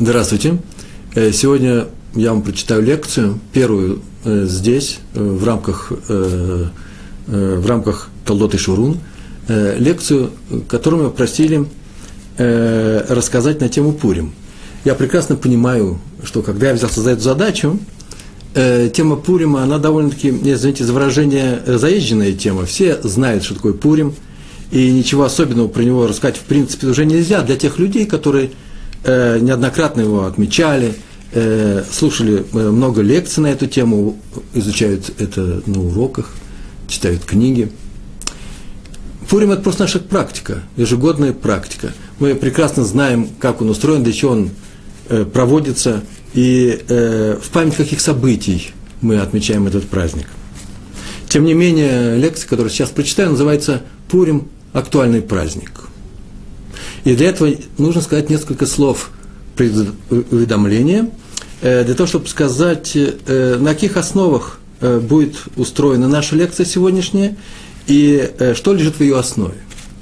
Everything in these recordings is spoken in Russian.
Здравствуйте. Сегодня я вам прочитаю лекцию, первую здесь, в рамках Толдот и Шурун, лекцию, которую мы просили рассказать на тему Пурим. Я прекрасно понимаю, что когда я взялся за эту задачу, тема Пурима, она довольно-таки, извините за выражение, заезженная тема. Все знают, что такое Пурим, и ничего особенного про него рассказать в принципе уже нельзя для тех людей, которые неоднократно его отмечали, слушали много лекций на эту тему, изучают это на уроках, читают книги. Пурим – это просто наша практика, ежегодная практика. Мы прекрасно знаем, как он устроен, для чего он проводится, и в память каких событий мы отмечаем этот праздник. Тем не менее, лекция, которую сейчас прочитаю, называется «Пурим – актуальный праздник». И для этого нужно сказать несколько слов предуведомления, для того, чтобы сказать, на каких основах будет устроена наша лекция сегодняшняя, и что лежит в ее основе.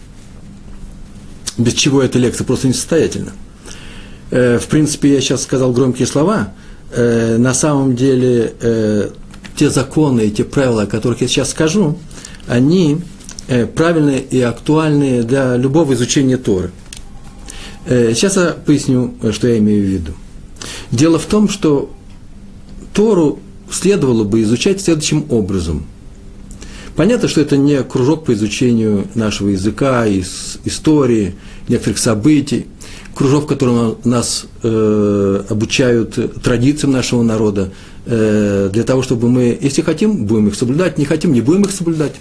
Без чего эта лекция просто несостоятельна. В принципе, я сейчас сказал громкие слова, на самом деле те законы и те правила, о которых я сейчас скажу, они правильные и актуальные для любого изучения Торы. Сейчас я поясню, что я имею в виду. Дело в том, что Тору следовало бы изучать следующим образом. Понятно, что это не кружок по изучению нашего языка, истории, некоторых событий, кружок, в котором нас обучают традициям нашего народа, для того, чтобы мы, если хотим, будем их соблюдать, не хотим, не будем их соблюдать.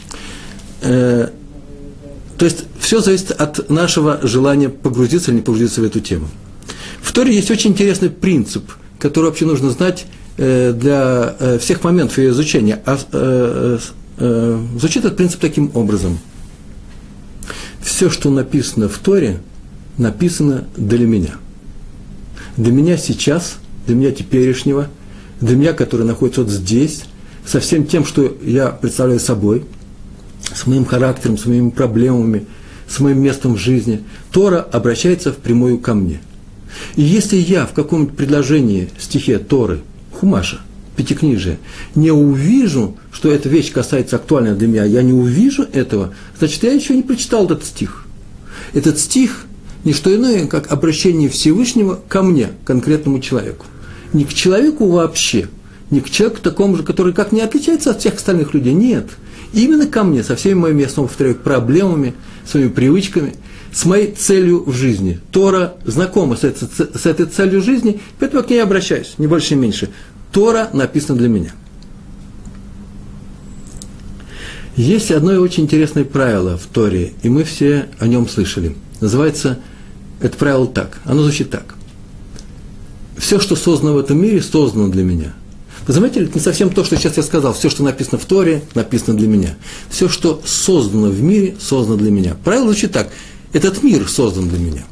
То есть, все зависит от нашего желания погрузиться или не погрузиться в эту тему. В Торе есть очень интересный принцип, который вообще нужно знать для всех моментов ее изучения. Звучит этот принцип таким образом. Все, что написано в Торе, написано для меня. Для меня сейчас, для меня теперешнего, для меня, который находится вот здесь, со всем тем, что я представляю собой, с моим характером, с моими проблемами, с моим местом в жизни, Тора обращается впрямую ко мне. И если я в каком-нибудь предложении, стихе Торы, Хумаша, Пятикнижия, не увижу, что эта вещь касается актуальна для меня, я не увижу этого, значит, я еще не прочитал этот стих. Этот стих – не что иное, как обращение Всевышнего ко мне, конкретному человеку. Не к человеку вообще, не к человеку такому же, который как не отличается от всех остальных людей, нет. Именно ко мне, со всеми моими, я снова повторяю, проблемами, своими привычками, с моей целью в жизни. Тора знакома с этой целью жизни, поэтому я к ней обращаюсь, не больше, не меньше. Тора написана для меня. Есть одно очень интересное правило в Торе, и мы все о нем слышали. Называется это правило так, оно звучит так. Все, что создано в этом мире, создано для меня. Вы заметили, это не совсем то, что сейчас я сказал. Все, что написано в Торе, написано для меня. Все, что создано в мире, создано для меня. Правило звучит так. Этот мир создан для меня.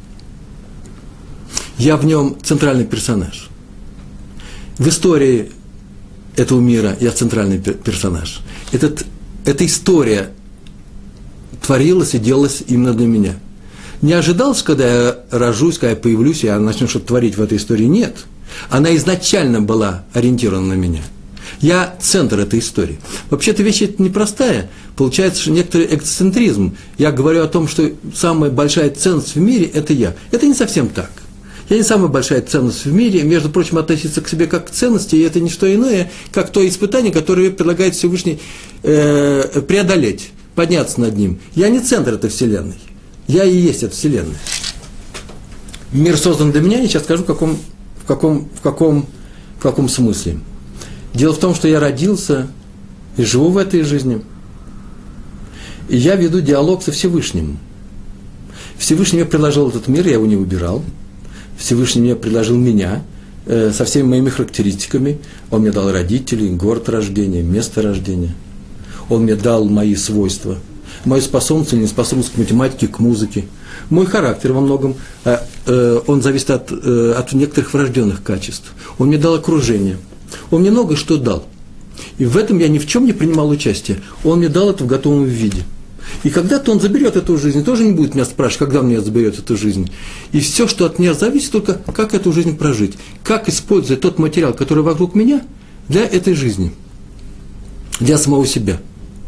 Я в нем центральный персонаж. В истории этого мира я центральный персонаж. Эта история творилась и делалась именно для меня. Не ожидалось, когда я рожусь, когда я появлюсь, я начну что-то творить в этой истории. Нет. Она изначально была ориентирована на меня. Я центр этой истории. Вообще-то вещь эта непростая. Получается некоторый эксцентризм. Я говорю о том, что самая большая ценность в мире – это я. Это не совсем так. Я не самая большая ценность в мире. Между прочим, относиться к себе как к ценности – и это не что иное, как то испытание, которое предлагает Всевышний преодолеть, подняться над ним. Я не центр этой вселенной. Я и есть эта вселенная. Мир создан для меня, я сейчас скажу, в каком смысле. Дело в том, что я родился и живу в этой жизни. И я веду диалог со Всевышним. Всевышний мне предложил этот мир, я его не выбирал. Всевышний мне предложил меня со всеми моими характеристиками. Он мне дал родителей, город рождения, место рождения. Он мне дал мои свойства. Мою способность или неспособность к математике, к музыке. Мой характер во многом, он зависит от некоторых врожденных качеств. Он мне дал окружение. Он мне много что дал. И в этом я ни в чем не принимал участие. Он мне дал это в готовом виде. И когда-то он заберет эту жизнь, тоже не будет меня спрашивать, когда он меня заберет эту жизнь. И все, что от меня зависит, только как эту жизнь прожить, как использовать тот материал, который вокруг меня, для этой жизни, для самого себя.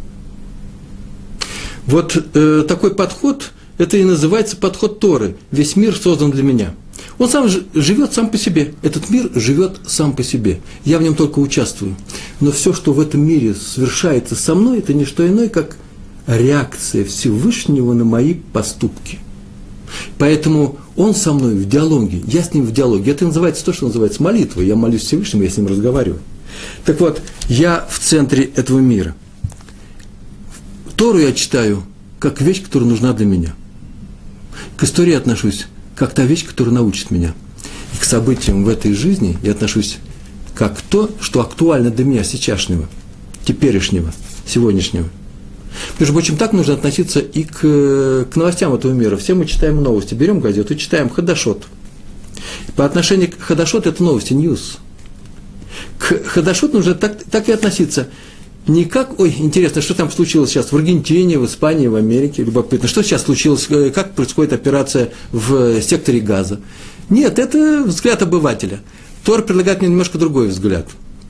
Вот такой подход, это и называется подход Торы. Весь мир создан для меня. Он сам живет сам по себе. Этот мир живет сам по себе. Я в нем только участвую. Но все, что в этом мире совершается со мной, это не что иное, как реакция Всевышнего на мои поступки. Поэтому он со мной в диалоге, я с ним в диалоге. Это называется то, что называется молитва. Я молюсь Всевышнему, я с ним разговариваю. Так вот, я в центре этого мира. Тору я читаю как вещь, которая нужна для меня. К истории отношусь как та вещь, которая научит меня. И к событиям в этой жизни я отношусь как то, что актуально для меня сейчасшнего, теперешнего, сегодняшнего. Между прочим, так нужно относиться и к новостям этого мира. Все мы читаем новости, берем газету и читаем Хадашот. По отношению к Хадашот это новости, ньюс. К Хадашот нужно так и относиться. Не как, ой, интересно, что там случилось сейчас в Аргентине, в Испании, в Америке, любопытно, что сейчас случилось, как происходит операция в секторе Газа. Нет, это взгляд обывателя. Тора предлагает мне немножко другой взгляд.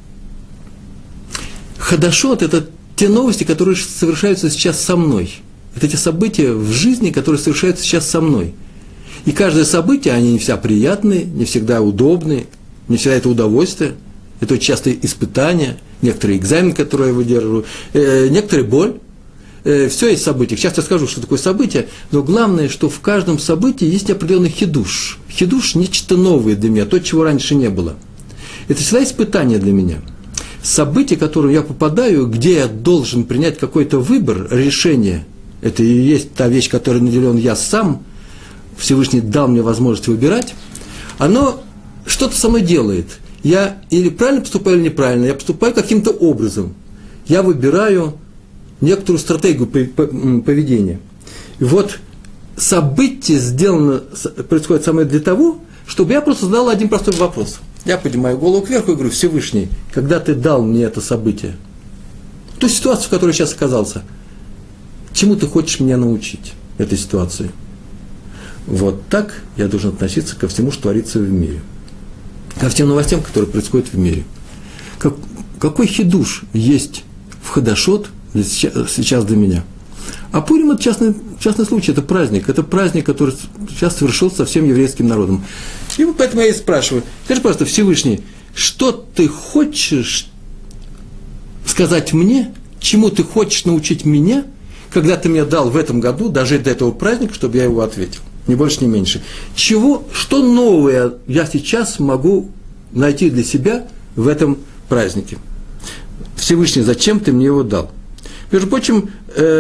Хадашот – это те новости, которые совершаются сейчас со мной. Это те события в жизни, которые совершаются сейчас со мной. И каждое событие, они не всегда приятные, не всегда удобные, не всегда это удовольствие. Это очень часто испытания, некоторые экзамены, которые я выдерживаю, некоторые боль. Все есть события. Сейчас я скажу, что такое событие, но главное, что в каждом событии есть определенный хидуш. Хидуш – нечто новое для меня, то, чего раньше не было. Это всегда испытание для меня. Событие, в которое я попадаю, где я должен принять какой-то выбор, решение, это и есть та вещь, которой наделен я сам, Всевышний дал мне возможность выбирать, оно что-то со мной делает. Я или правильно поступаю, или неправильно, я поступаю каким-то образом. Я выбираю некоторую стратегию поведения. И вот событие происходит со мной для того, чтобы я просто задал один простой вопрос. Я поднимаю голову кверху и говорю: Всевышний, когда ты дал мне это событие, ту ситуацию, в которой я сейчас оказался, чему ты хочешь меня научить этой ситуации? Вот так я должен относиться ко всему, что творится в мире. Ко всем новостям, которые происходят в мире. Какой хидуш есть в Хадашот сейчас для меня? А Пурим – это частный случай, это праздник, который сейчас совершился со всем еврейским народом. И вот поэтому я и спрашиваю: скажи, пожалуйста, Всевышний, что ты хочешь сказать мне, чему ты хочешь научить меня, когда ты мне дал в этом году дожить до этого праздника, чтобы я его ответил? Ни больше, ни меньше. Что новое я сейчас могу найти для себя в этом празднике? Всевышний, зачем ты мне его дал? Между прочим,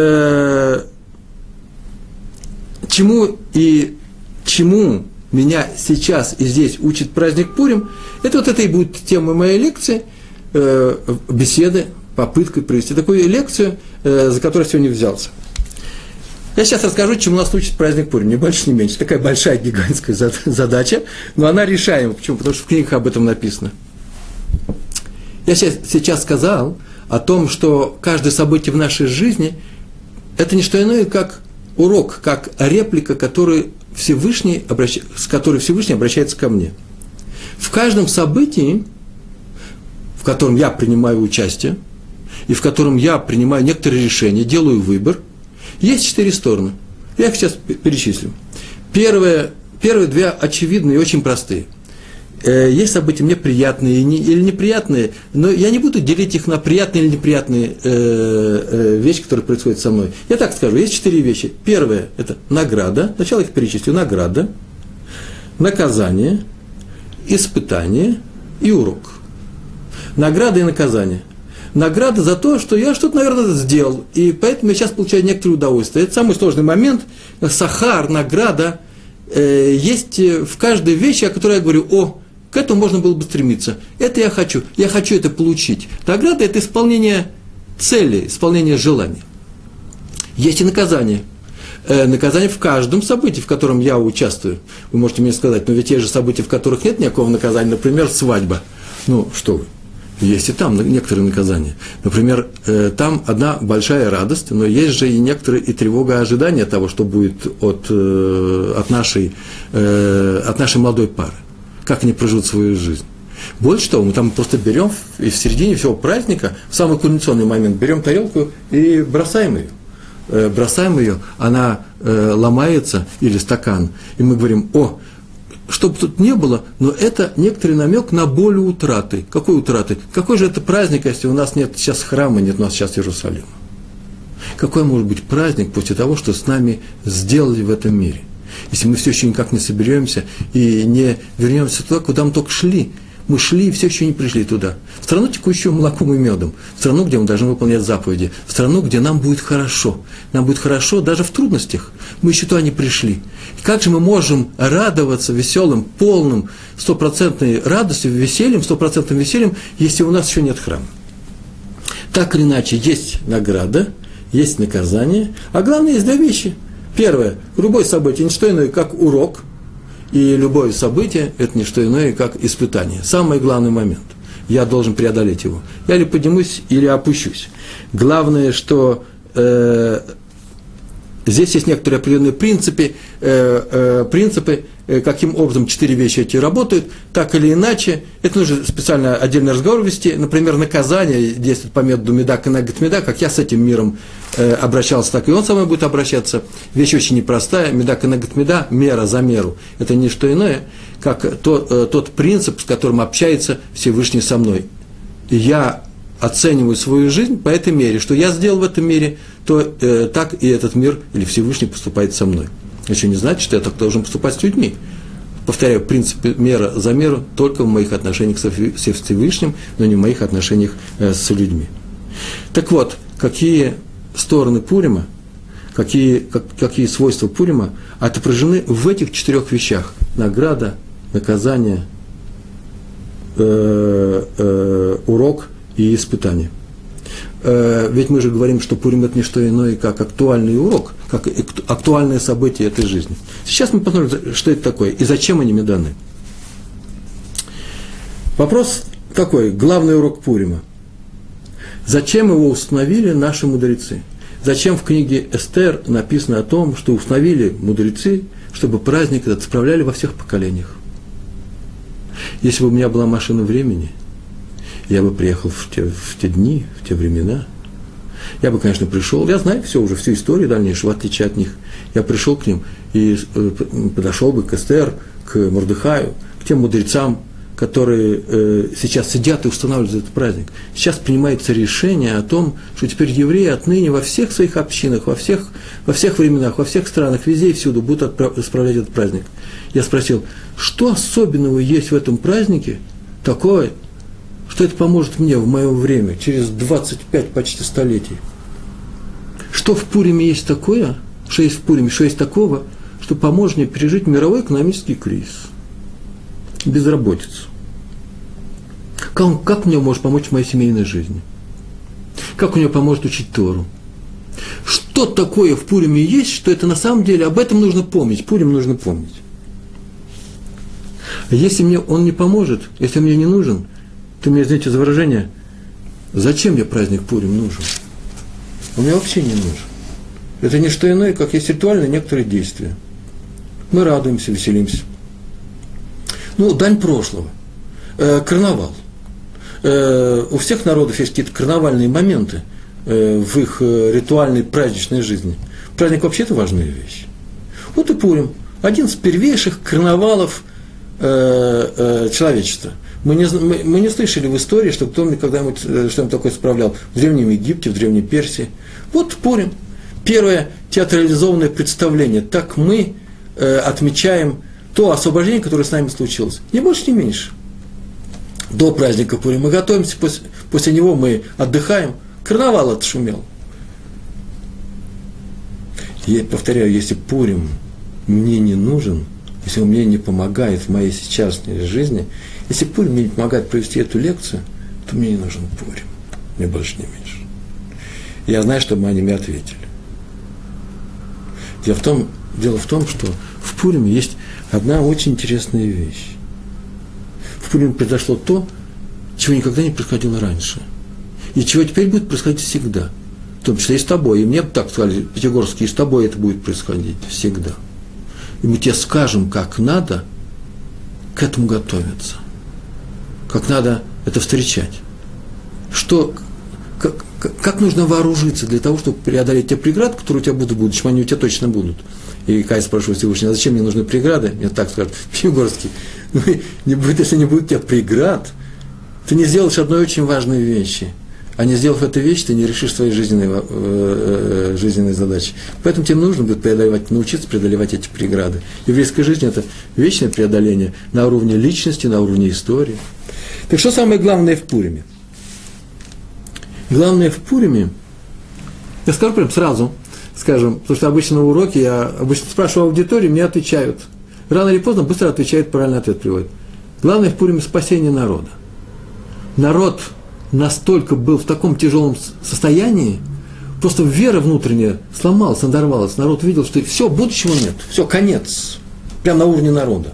чему меня сейчас и здесь учит праздник Пурим, это и будет тема моей лекции, беседы, попытка провести такую лекцию, за которую я сегодня взялся. Я сейчас расскажу, чему нас учит праздник Пурим, ни больше, ни меньше. Такая большая, гигантская задача, но она решаема. Почему? Потому что в книгах об этом написано. Я сейчас сказал о том, что каждое событие в нашей жизни – это не что иное, как урок, как реплика, с которой Всевышний обращается ко мне. В каждом событии, в котором я принимаю участие, и в котором я принимаю некоторые решения, делаю выбор, есть 4 стороны. Я их сейчас перечислю. Первые 2 очевидные и очень простые. Есть события мне приятные или неприятные, но я не буду делить их на приятные или неприятные вещи, которые происходят со мной. Я так скажу, есть 4 вещи. Первое – это награда, сначала их перечислю. Награда, наказание, испытание и урок. Награда и наказание. Награда за то, что я что-то, наверное, сделал, и поэтому я сейчас получаю некоторое удовольствие. Это самый сложный момент. Сахар, награда есть в каждой вещи, о которой я говорю: к этому можно было бы стремиться. Это я хочу это получить. Награда – это исполнение цели, исполнение желаний. Есть и наказание. Наказание в каждом событии, в котором я участвую. Вы можете мне сказать: но ведь есть же события, в которых нет никакого наказания, например, свадьба. Ну, что вы. Есть и там некоторые наказания. Например, там одна большая радость, но есть же и некоторые и тревога ожидания того, что будет от нашей молодой пары. Как они проживут свою жизнь. Больше того, мы там просто берем и в середине всего праздника, в самый кульминационный момент, берем тарелку и бросаем ее. Она ломается, или стакан, и мы говорим: что бы тут ни было, но это некоторый намек на боль утраты. Какой утраты? Какой же это праздник, если у нас нет сейчас храма, нет у нас сейчас Иерусалима? Какой может быть праздник после того, что с нами сделали в этом мире? Если мы все еще никак не соберемся и не вернемся туда, куда мы только шли. Мы шли и все еще не пришли туда. В страну, текущую молоком и медом. В страну, где мы должны выполнять заповеди. В страну, где нам будет хорошо. Нам будет хорошо даже в трудностях. Мы еще туда не пришли. И как же мы можем радоваться веселым, полным, стопроцентной радостью, весельем, стопроцентным весельем, если у нас еще нет храма? Так или иначе, есть награда, есть наказание, а главное, есть две вещи. Первое. Любое событие, не что иное, как урок. И любое событие – это не что иное, как испытание. Самый главный момент. Я должен преодолеть его. Я или поднимусь, или опущусь. Главное, что здесь есть некоторые определенные принципы, каким образом 4 вещи эти работают. Так или иначе, это нужно специально отдельный разговор вести. Например, наказание действует по методу меда кенегет меда, как я с этим миром обращался, так и он со мной будет обращаться. Вещь очень непростая. Меда кенегет меда, мера за меру. Это не что иное, как тот принцип, с которым общается Всевышний со мной. И я оцениваю свою жизнь по этой мере. Что я сделал в этом мире, то так и этот мир или Всевышний поступает со мной. Еще не значит, что я так должен поступать с людьми. Повторяю, принцип мера за меру только в моих отношениях со Всевышним, но не в моих отношениях с людьми. Так вот, какие стороны Пурима, какие свойства Пурима отображены в этих 4 вещах: награда, наказание, урок и испытание. Ведь мы же говорим, что Пурим – это не что иное, как актуальный урок, как актуальное событие этой жизни. Сейчас мы посмотрим, что это такое и зачем они мне даны. Вопрос такой, главный урок Пурима. Зачем его установили наши мудрецы? Зачем в книге Эстер написано о том, что установили мудрецы, чтобы праздник этот справляли во всех поколениях? Если бы у меня была машина времени, я бы приехал в те дни, в те времена. Я бы, конечно, пришел. Я знаю всю историю дальнейшую, в отличие от них. Я пришел к ним и подошел бы к Эстер, к Мордехаю, к тем мудрецам, которые сейчас сидят и устанавливают этот праздник. Сейчас принимается решение о том, что теперь евреи отныне во всех своих общинах, во всех временах, во всех странах, везде и всюду будут справлять этот праздник. Я спросил, что особенного есть в этом празднике такое, что это поможет мне в мое время, через 25 почти столетий. Что в Пуриме есть такое, что есть в Пуриме, что есть такого, что поможет мне пережить мировой экономический кризис, безработицу. Как мне может помочь в моей семейной жизни? Как мне поможет учить Тору? Что такое в Пуриме есть, что это на самом деле, об этом нужно помнить, Пурим нужно помнить. А если мне он не поможет, если мне не нужен, то мне, извините за выражение, зачем мне праздник Пурим нужен? Он мне вообще не нужен. Это не что иное, как есть ритуальные некоторые действия. Мы радуемся, веселимся. Дань прошлого. Карнавал. У всех народов есть какие-то карнавальные моменты в их ритуальной праздничной жизни. Праздник вообще-то важная вещь. Вот и Пурим. Один из первейших карнавалов человечества. Мы не слышали в истории, что кто-нибудь когда-нибудь что-нибудь такое справлял в Древнем Египте, в Древней Персии. Вот Пурим. Первое театрализованное представление. Так мы отмечаем то освобождение, которое с нами случилось. Ни больше, ни меньше. До праздника Пурим мы готовимся, после него мы отдыхаем. Карнавал отшумел. Я повторяю, если Пурим мне не нужен, если он мне не помогает в моей сейчасшней жизни, если Пурим мне не помогает провести эту лекцию, то мне не нужен Пурим. Мне больше, не меньше. Я знаю, что они мне ответили. Дело в том, что в Пуриме есть одна очень интересная вещь. В Пуриме произошло то, чего никогда не происходило раньше. И чего теперь будет происходить всегда. В том числе и с тобой. И мне бы так сказали, Пятигорские, и с тобой это будет происходить всегда. И мы тебе скажем, как надо к этому готовиться. Как надо это встречать. Как нужно вооружиться для того, чтобы преодолеть те преграды, которые у тебя будут в будущем, они у тебя точно будут. И Кай спрашивает Всевышнего, а зачем мне нужны преграды? Мне так скажут, Пятигорский, если не будет у тебя преград, ты не сделаешь одной очень важной вещи. А не сделав эту вещь, ты не решишь свои жизненные задачи. Поэтому тебе нужно будет научиться преодолевать эти преграды. Еврейская жизнь – это вечное преодоление на уровне личности, на уровне истории. Так что самое главное в Пуриме? Главное в Пуриме, я скажу прям сразу, потому что обычно на уроке я обычно спрашиваю аудитории, мне отвечают. Рано или поздно быстро отвечают, правильный ответ приводят. Главное в Пуриме – спасение народа. Народ настолько был в таком тяжелом состоянии, просто вера внутренняя сломалась, надорвалась. Народ видел, что все, будущего нет, все, конец. Прямо на уровне народа.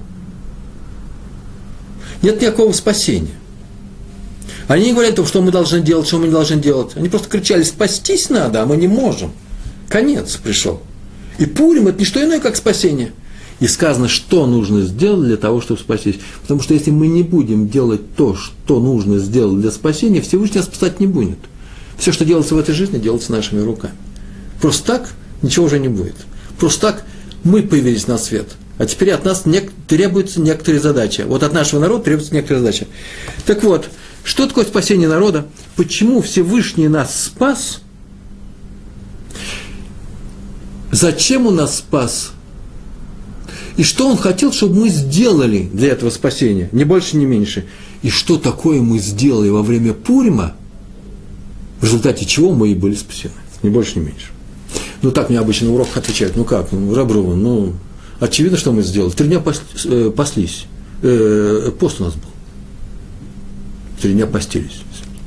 Нет никакого спасения. Они не говорят о том, что мы должны делать, что мы не должны делать. Они просто кричали, спастись надо, а мы не можем. Конец пришел. И Пурим – это не что иное, как спасение. И сказано, что нужно сделать для того, чтобы спастись. Потому что если мы не будем делать то, что нужно сделать для спасения, Всевышний нас спасать не будет. Все, что делается в этой жизни, делается нашими руками. Просто так ничего уже не будет. Просто так мы появились на свет. А теперь от нас требуются некоторые задачи. Вот от нашего народа требуются некоторые задачи. Так вот, что такое спасение народа? Почему Всевышний нас спас? Зачем Он нас спас? И что Он хотел, чтобы мы сделали для этого спасения? Ни больше, ни меньше. И что такое мы сделали во время Пурима, в результате чего мы и были спасены? Ни больше, ни меньше. Ну, так мне обычно на уроках отвечают. Ну, как? Раброва, очевидно, что мы сделали. 3 дня паслись. Пост у нас был. 3 дня постились.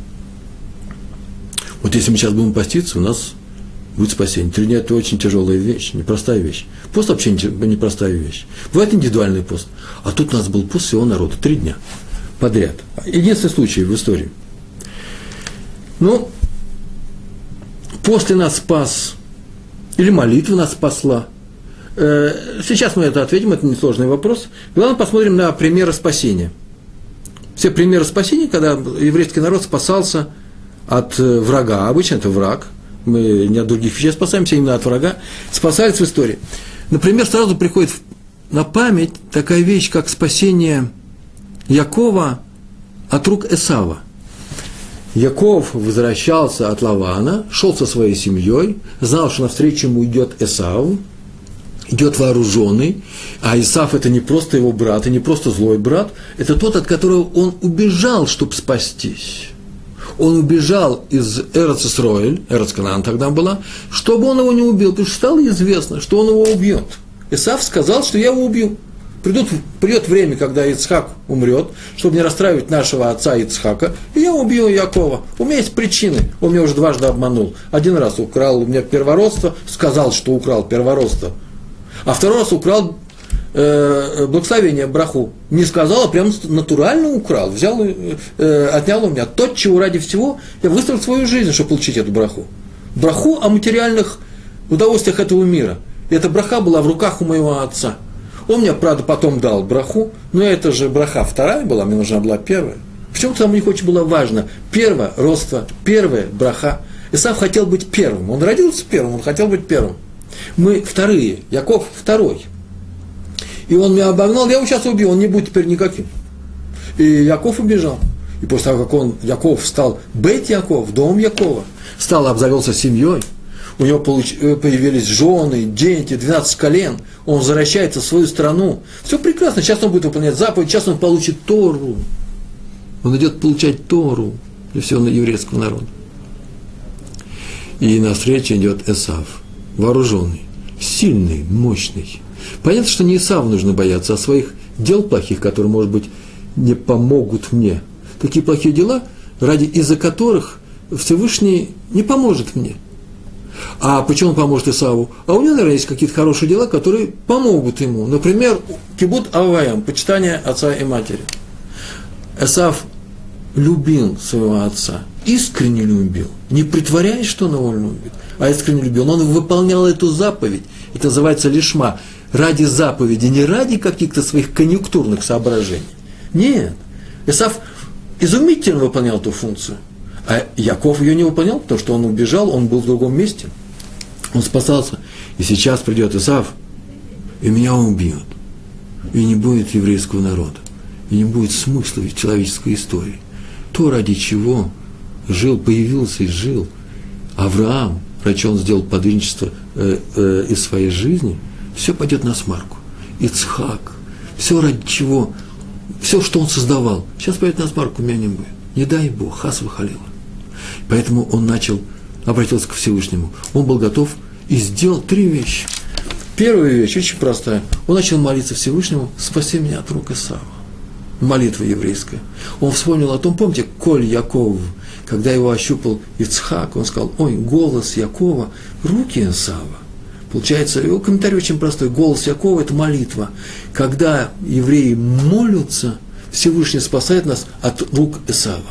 Вот если мы сейчас будем поститься, у нас будет спасение. 3 дня – это очень тяжелая вещь, непростая вещь. Пост вообще непростая вещь. Бывает индивидуальный пост. А тут у нас был пост всего народа. 3 дня подряд. Единственный случай в истории. После нас спас, или молитва нас спасла. Сейчас мы это ответим, это несложный вопрос. Главное, посмотрим на примеры спасения. Все примеры спасения, когда еврейский народ спасался от врага. Обычно это враг. Мы не от других вещей спасаемся, именно от врага. Спасались в истории. Например, сразу приходит на память такая вещь, как спасение Якова от рук Эсава. Яков возвращался от Лавана, шел со своей семьей, знал, что навстречу ему идет Эсав, идет вооруженный, а Исав – это не просто его брат, и не просто злой брат, это тот, от которого он убежал, чтобы спастись. Он убежал из Эрец-Исроэль, Эрец-Канаан тогда была, чтобы он его не убил, потому что стало известно, что он его убьет. Исав сказал, что я его убью. Придет время, когда Ицхак умрет, чтобы не расстраивать нашего отца Ицхака, и я убью Якова. У меня есть причины, он меня уже дважды обманул. 1 раз украл у меня первородство, сказал, что украл первородство, а 2 раз украл благословение, браху. Не сказал, а прям натурально украл. Взял, отнял у меня то, чего ради всего я выстроил свою жизнь, чтобы получить эту браху. Браху о материальных удовольствиях этого мира. И эта браха была в руках у моего отца. Он мне, правда, потом дал браху, но это же браха 2 была, мне нужна была 1. Почему-то там у них очень было важно. 1 родство, 1 браха. Исав хотел быть первым. Он родился первым, он хотел быть первым. Мы 2, Яков 2. И он меня обогнал, я его сейчас убью, он не будет теперь никаким. И Яков убежал. И после того, как Яков стал Бейт Яков, дом Якова, обзавелся семьей, у него появились жены, дети, 12 колен, он возвращается в свою страну. Все прекрасно, сейчас он будет выполнять заповедь, сейчас он получит Тору. Он идет получать Тору для всего еврейского народа. И навстречу идет Эсав, вооруженный, сильный, мощный. Понятно, что не Исаву нужно бояться, а своих дел плохих, которые, может быть, не помогут мне. Такие плохие дела, из-за которых Всевышний не поможет мне. А почему он поможет Исаву? А у него, наверное, есть какие-то хорошие дела, которые помогут ему. Например, кибут аваям, почитание отца и матери. Эсав любил своего отца, искренне любил, не притворяясь, что он его любит, а искренне любил, он выполнял эту заповедь, это называется лишма, ради заповеди, не ради каких-то своих конъюнктурных соображений. Нет, Эсав изумительно выполнял эту функцию, а Яков ее не выполнял, потому что он убежал, он был в другом месте, он спасался. И сейчас придет Эсав, и меня убьют, и не будет еврейского народа, и не будет смысла в человеческой истории. То, ради чего появился и жил Авраам, ради чего он сделал подвижничество из своей жизни, все пойдет на смарку. Ицхак, все ради чего, все, что он создавал, сейчас пойдет на смарку, меня не будет. Не дай Бог, хас вахалила. Поэтому он обратился к Всевышнему. Он был готов и сделал 3 вещи. Первая вещь очень простая. Он начал молиться Всевышнему: спаси меня от рук Эсава. Молитва еврейская. Он вспомнил о том, помните, Коль Яков, когда его ощупал Ицхак, он сказал: ой, голос Якова, руки Эсава. Получается, его комментарий очень простой. Голос Якова – это молитва. Когда евреи молятся, Всевышний спасает нас от рук Эсава.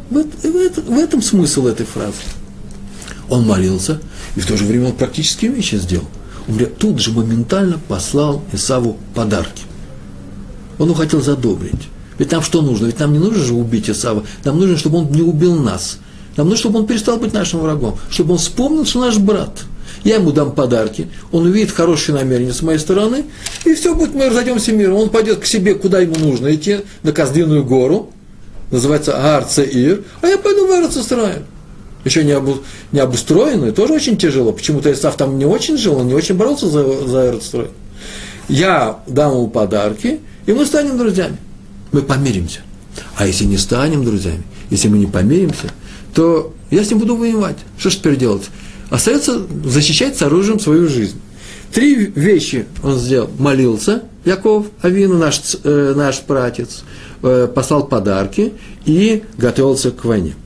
В этом смысл этой фразы. Он молился, и в то же время он практические вещи сделал. Он тут же моментально послал Эсаву подарки. Он его хотел задобрить. Ведь нам что нужно? Ведь нам не нужно же убить Эсава. Нам нужно, чтобы он не убил нас. Нам нужно, чтобы он перестал быть нашим врагом. Чтобы он вспомнил, что наш брат. Я ему дам подарки, он увидит хорошие намерения с моей стороны, и все будет, мы разойдемся миром. Он пойдет к себе, куда ему нужно идти, на Каздинную гору, называется Аар-Цеир, а я пойду в Эрец-Исраэль. Еще не обустроенную, тоже очень тяжело. Почему-то Исав там не очень жил, он не очень боролся за Эрец-Исраэль. Я дам ему подарки, и мы станем друзьями. Мы помиримся. А если не станем друзьями, если мы не помиримся, то я с ним буду воевать. Что же теперь делать? Остается защищать с оружием свою жизнь. 3 вещи он сделал. Молился, Яков Авину, наш пратец, послал подарки и готовился к войне.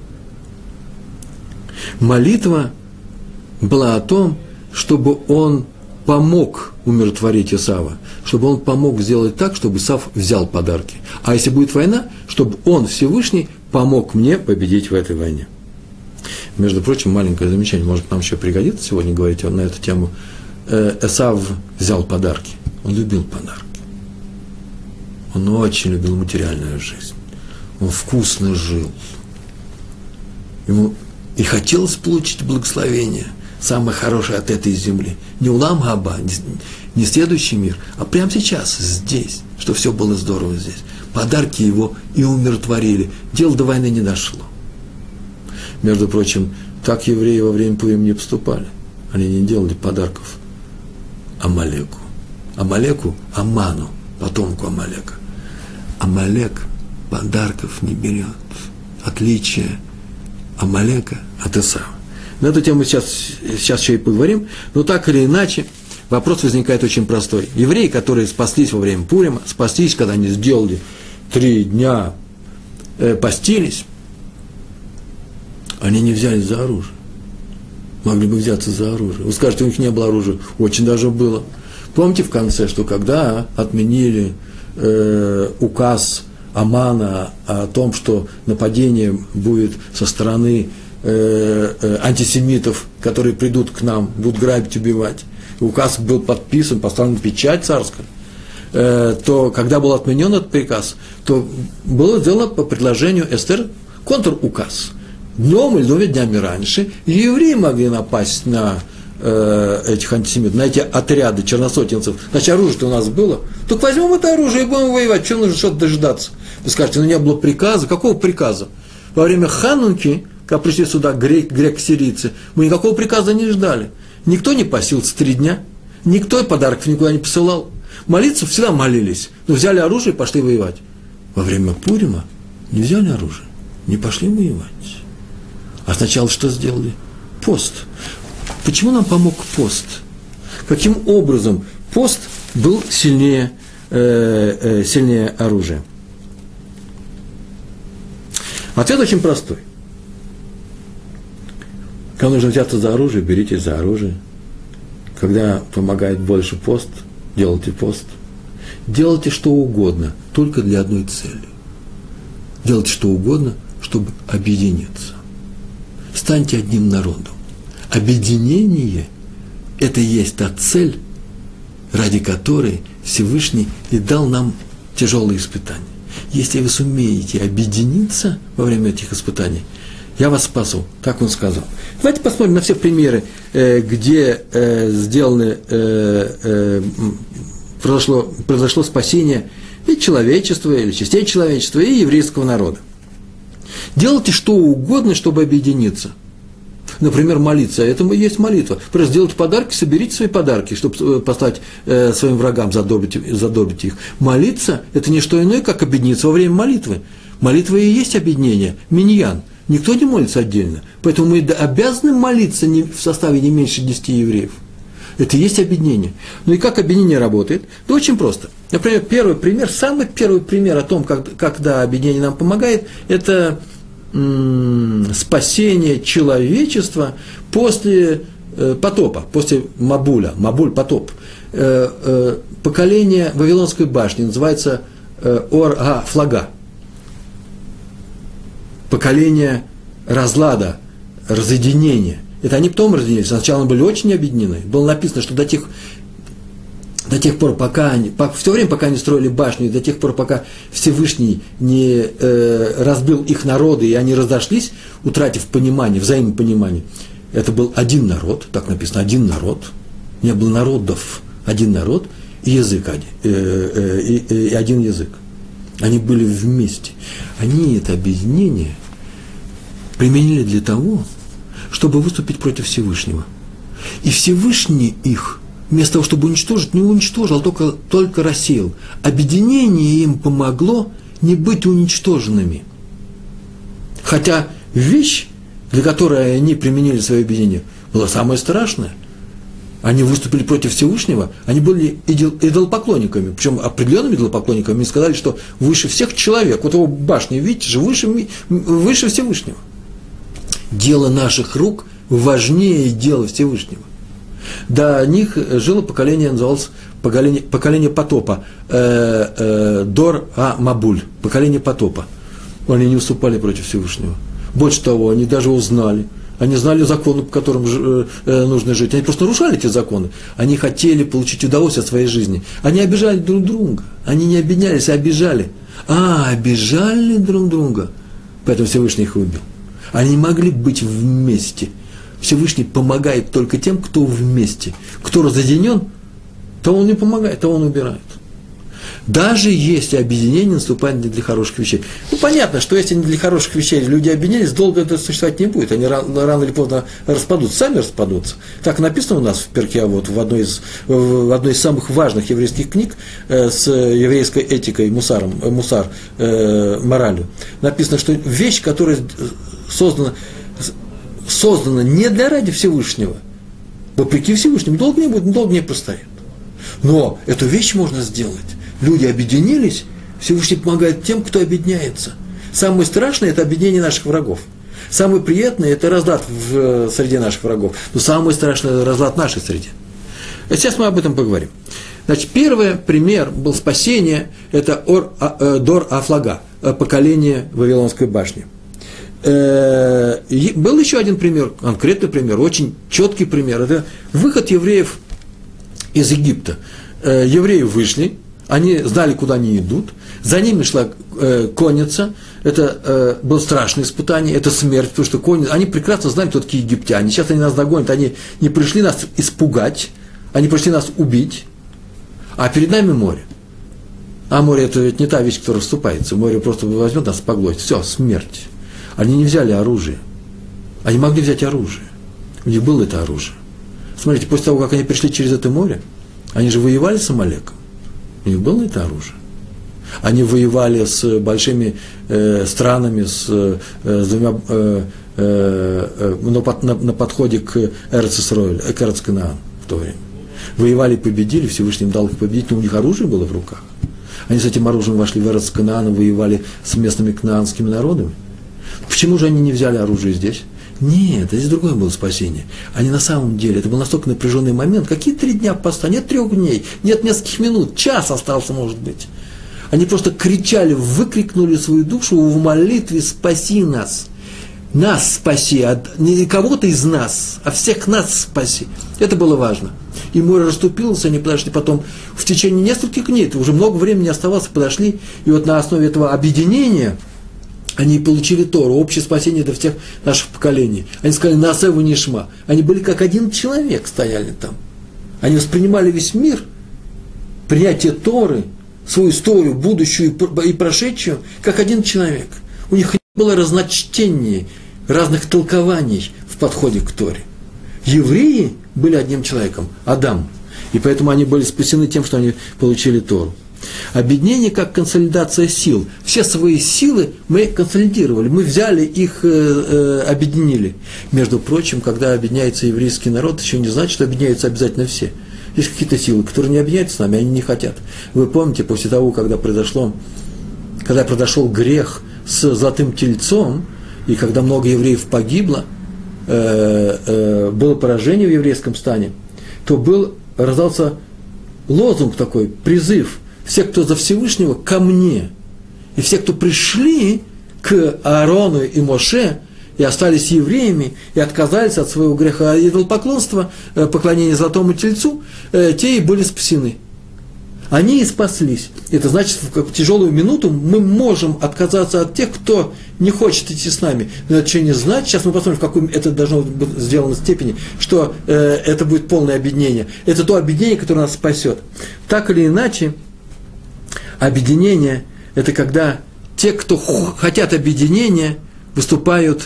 Молитва была о том, чтобы он помог умиротворить Исава, чтобы он помог сделать так, чтобы Исав взял подарки. А если будет война, чтобы он, Всевышний, помог мне победить в этой войне. Между прочим, маленькое замечание, может, нам еще пригодится сегодня говорить на эту тему. Эсав взял подарки, он любил подарки. Он очень любил материальную жизнь. Он вкусно жил. Ему и хотелось получить благословение, самое хорошее от этой земли. Не улам габа, не следующий мир, а прямо сейчас, здесь, что все было здорово здесь. Подарки его и умиротворили. Дело до войны не дошло. Между прочим, так евреи во время Пурим не поступали. Они не делали подарков Амалеку. Аману, потомку Амалека. Амалек подарков не берет. Отличие Амалека от Исава. На эту тему сейчас еще и поговорим, но так или иначе, вопрос возникает очень простой. Евреи, которые спаслись во время Пурима, спаслись, когда они сделали 3 дня, постились, они не взялись за оружие. Могли бы взяться за оружие. Вы скажете, у них не было оружия. Очень даже было. Помните в конце, что когда отменили указ Амана о том, что нападение будет со стороны антисемитов, которые придут к нам, будут грабить, убивать. Указ был подписан, поставлена печать царская. То когда был отменен этот приказ, то было сделано по предложению Эстер контруказ. Днем или 2 днями раньше евреи могли напасть на этих антисемитов, на эти отряды черносотенцев. Значит, оружие-то у нас было. Так возьмем это оружие и будем воевать. Чего нужно что-то дожидаться? Вы скажете, не было приказа. Какого приказа? Во время Хануки, когда пришли сюда греко-сирийцы, мы никакого приказа не ждали. Никто не постился 3 дня. Никто подарков никуда не посылал. Молиться всегда молились. Но взяли оружие и пошли воевать. Во время Пурима не взяли оружие, не пошли воевать. А сначала что сделали? Пост. Почему нам помог пост? Каким образом пост был сильнее оружия? Ответ очень простой. Когда нужно взяться за оружие, берите за оружие. Когда помогает больше пост, делайте пост. Делайте что угодно, только для одной цели. делайте что угодно, чтобы объединиться. Станьте одним народом. Объединение – это и есть та цель, ради которой Всевышний и дал нам тяжелые испытания. Если вы сумеете объединиться во время этих испытаний, я вас спасу, так он сказал. Давайте посмотрим на все примеры, где произошло спасение и человечества, или частей человечества, и еврейского народа. Делайте что угодно, чтобы объединиться. Например, молиться. Это и есть молитва. Просто делайте подарки, соберите свои подарки, чтобы послать своим врагам, задобрить их. Молиться – это не что иное, как объединиться во время молитвы. Молитва и есть объединение, миньян. Никто не молится отдельно. Поэтому мы обязаны молиться в составе не меньше 10 евреев. Это и есть объединение. Ну и как объединение работает? Да очень просто. Например, самый первый пример о том, когда объединение нам помогает, это спасение человечества после потопа, после Мабуля, Мабуль-потоп. Поколение Вавилонской башни называется Ор-Га-Флага. Поколение разлада, разъединения. Это они потом разъединились. Сначала были очень объединены. Было написано, что до тех пор, в то время, пока они строили башню, и до тех пор, пока Всевышний не разбил их народы, и они разошлись, утратив понимание, взаимопонимание, это был один народ, так написано, один народ, не было народов, один народ и язык, и один язык. Они были вместе. Они это объединение применили для того, чтобы выступить против Всевышнего. И Всевышний их, вместо того, чтобы уничтожить, не уничтожил, а только рассеял. Объединение им помогло не быть уничтоженными. Хотя вещь, для которой они применили свое объединение, была самая страшная. Они выступили против Всевышнего, они были идолопоклонниками, причем определенными идолопоклонниками. Они сказали, что выше всех человек, вот его башня, видите же, выше Всевышнего. Дело наших рук важнее дела Всевышнего. До них жило поколение, называлось поколение потопа, Дор-А-Мабуль, поколение потопа. Они не выступали против Всевышнего. Больше того, они даже узнали. Они знали законы, по которым нужно жить. Они просто нарушали эти законы. Они хотели получить удовольствие от своей жизни. Они обижали друг друга. Они не объединялись, а обижали. Обижали друг друга. Поэтому Всевышний их убил. Они не могли быть вместе. Всевышний помогает только тем, кто вместе. Кто разъединен, то он не помогает, то он убирает. Даже если объединение наступает не для хороших вещей. Понятно, что если не для хороших вещей люди объединились, долго это существовать не будет. Они рано или поздно распадутся, сами распадутся. Так написано у нас в Перке Авот, в одной из самых важных еврейских книг с еврейской этикой, мусар, моралью. Написано, что вещь, которая создана не для ради Всевышнего, вопреки Всевышнему, долго не будет, долго не простоит. Но эту вещь можно сделать. Люди объединились, Всевышний помогает тем, кто объединяется. Самое страшное – это объединение наших врагов. Самое приятное – это разлад в среде наших врагов. Но самое страшное – это разлад в нашей среде. Сейчас мы об этом поговорим. Значит, первый пример был спасение – это Дор-А-Флага, поколение Вавилонской башни. Был еще один пример, конкретный пример, очень четкий пример. Это выход евреев из Египта. Евреи вышли, они знали, куда они идут, за ними шла конница, это было страшное испытание, это смерть, потому что конница, они прекрасно знали, кто такие египтяне, сейчас они нас догонят, они не пришли нас испугать, они пришли нас убить, а перед нами море. А море – это ведь не та вещь, которая вступается, море просто возьмет нас, поглотит, все, смерть. Они не взяли оружие, они могли взять оружие, у них было это оружие. Смотрите, после того, как они пришли через это море, они же воевали с Амалеком. У них было это оружие. Они воевали с большими странами, с двумя, на подходе к Эрец-Исроэль, к Эрец-Канаан в то время. Воевали и победили, Всевышний им дал их победить, но у них оружие было в руках. Они с этим оружием вошли в Эрец-Канаан и воевали с местными кнаанскими народами. Почему же они не взяли оружие здесь? Нет, здесь другое было спасение. Они на самом деле, это был настолько напряженный момент, какие 3 дня поста, нет 3 дней, нет нескольких минут, час остался, может быть. Они просто кричали, выкрикнули свою душу в молитве «Спаси нас». Нас спаси, не кого-то из нас, а всех нас спаси. Это было важно. И море расступилось, они подошли потом в течение нескольких дней, уже много времени оставалось, подошли, и вот на основе этого объединения они получили Тору, общее спасение для всех наших поколений. Они сказали «Наасеву нишма». Они были как один человек, стояли там. Они воспринимали весь мир, принятие Торы, свою историю, будущую и прошедшую, как один человек. У них не было разночтений, разных толкований в подходе к Торе. Евреи были одним человеком, Адам. И поэтому они были спасены тем, что они получили Тору. Объединение как консолидация сил. Все свои силы мы консолидировали, мы взяли их, объединили. Между прочим, когда объединяется еврейский народ, еще не значит, что объединяются обязательно все. Есть какие-то силы, которые не объединяются с нами, они не хотят. Вы помните, после того, когда произошел грех с золотым тельцом, и когда много евреев погибло, было поражение в еврейском стане, то раздался лозунг такой, призыв: все, кто за Всевышнего, ко мне. И все, кто пришли к Аарону и Моше, и остались евреями, и отказались от своего греха идолопоклонства, поклонения золотому тельцу, те и были спасены. Они и спаслись. Это значит, в тяжелую минуту мы можем отказаться от тех, кто не хочет идти с нами. Но это еще не значит, сейчас мы посмотрим, в какой это должно быть сделано степени, что это будет полное объединение. Это то объединение, которое нас спасет. Так или иначе, объединение – это когда те, кто хотят объединения, выступают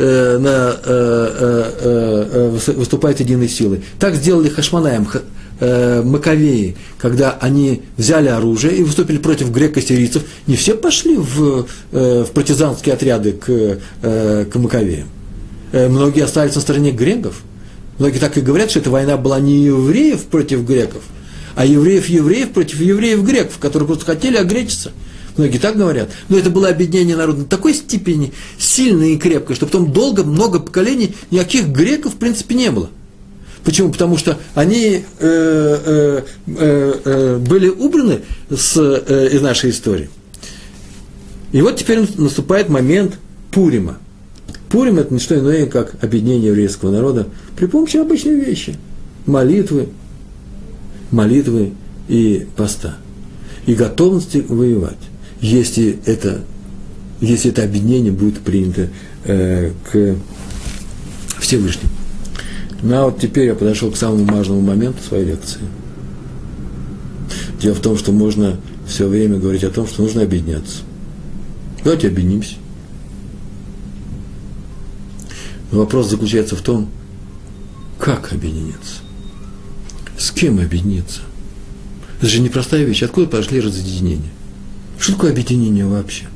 единой силой. Так сделали хашмонаим, Маковеи, когда они взяли оружие и выступили против греко-сирийцев. Не все пошли в партизанские отряды к Маковеям. Многие остались на стороне греков. Многие так и говорят, что эта война была не евреев против греков, а евреев против евреев-греков, которые просто хотели огречиться. Многие так говорят. Но это было объединение народа до такой степени сильное и крепкое, что потом много поколений никаких греков в принципе не было. Почему? Потому что они были убраны из нашей истории. И вот теперь наступает момент Пурима. Пурим – это не что иное, как объединение еврейского народа при помощи обычной вещи – молитвы и поста, и готовности воевать, если это объединение будет принято к Всевышнему. Ну, а вот теперь я подошел к самому важному моменту своей лекции. Дело в том, что можно все время говорить о том, что нужно объединяться. Давайте объединимся. Но вопрос заключается в том, как объединиться. С кем объединиться? Это же непростая вещь. Откуда пошли разъединения? Что такое объединение вообще?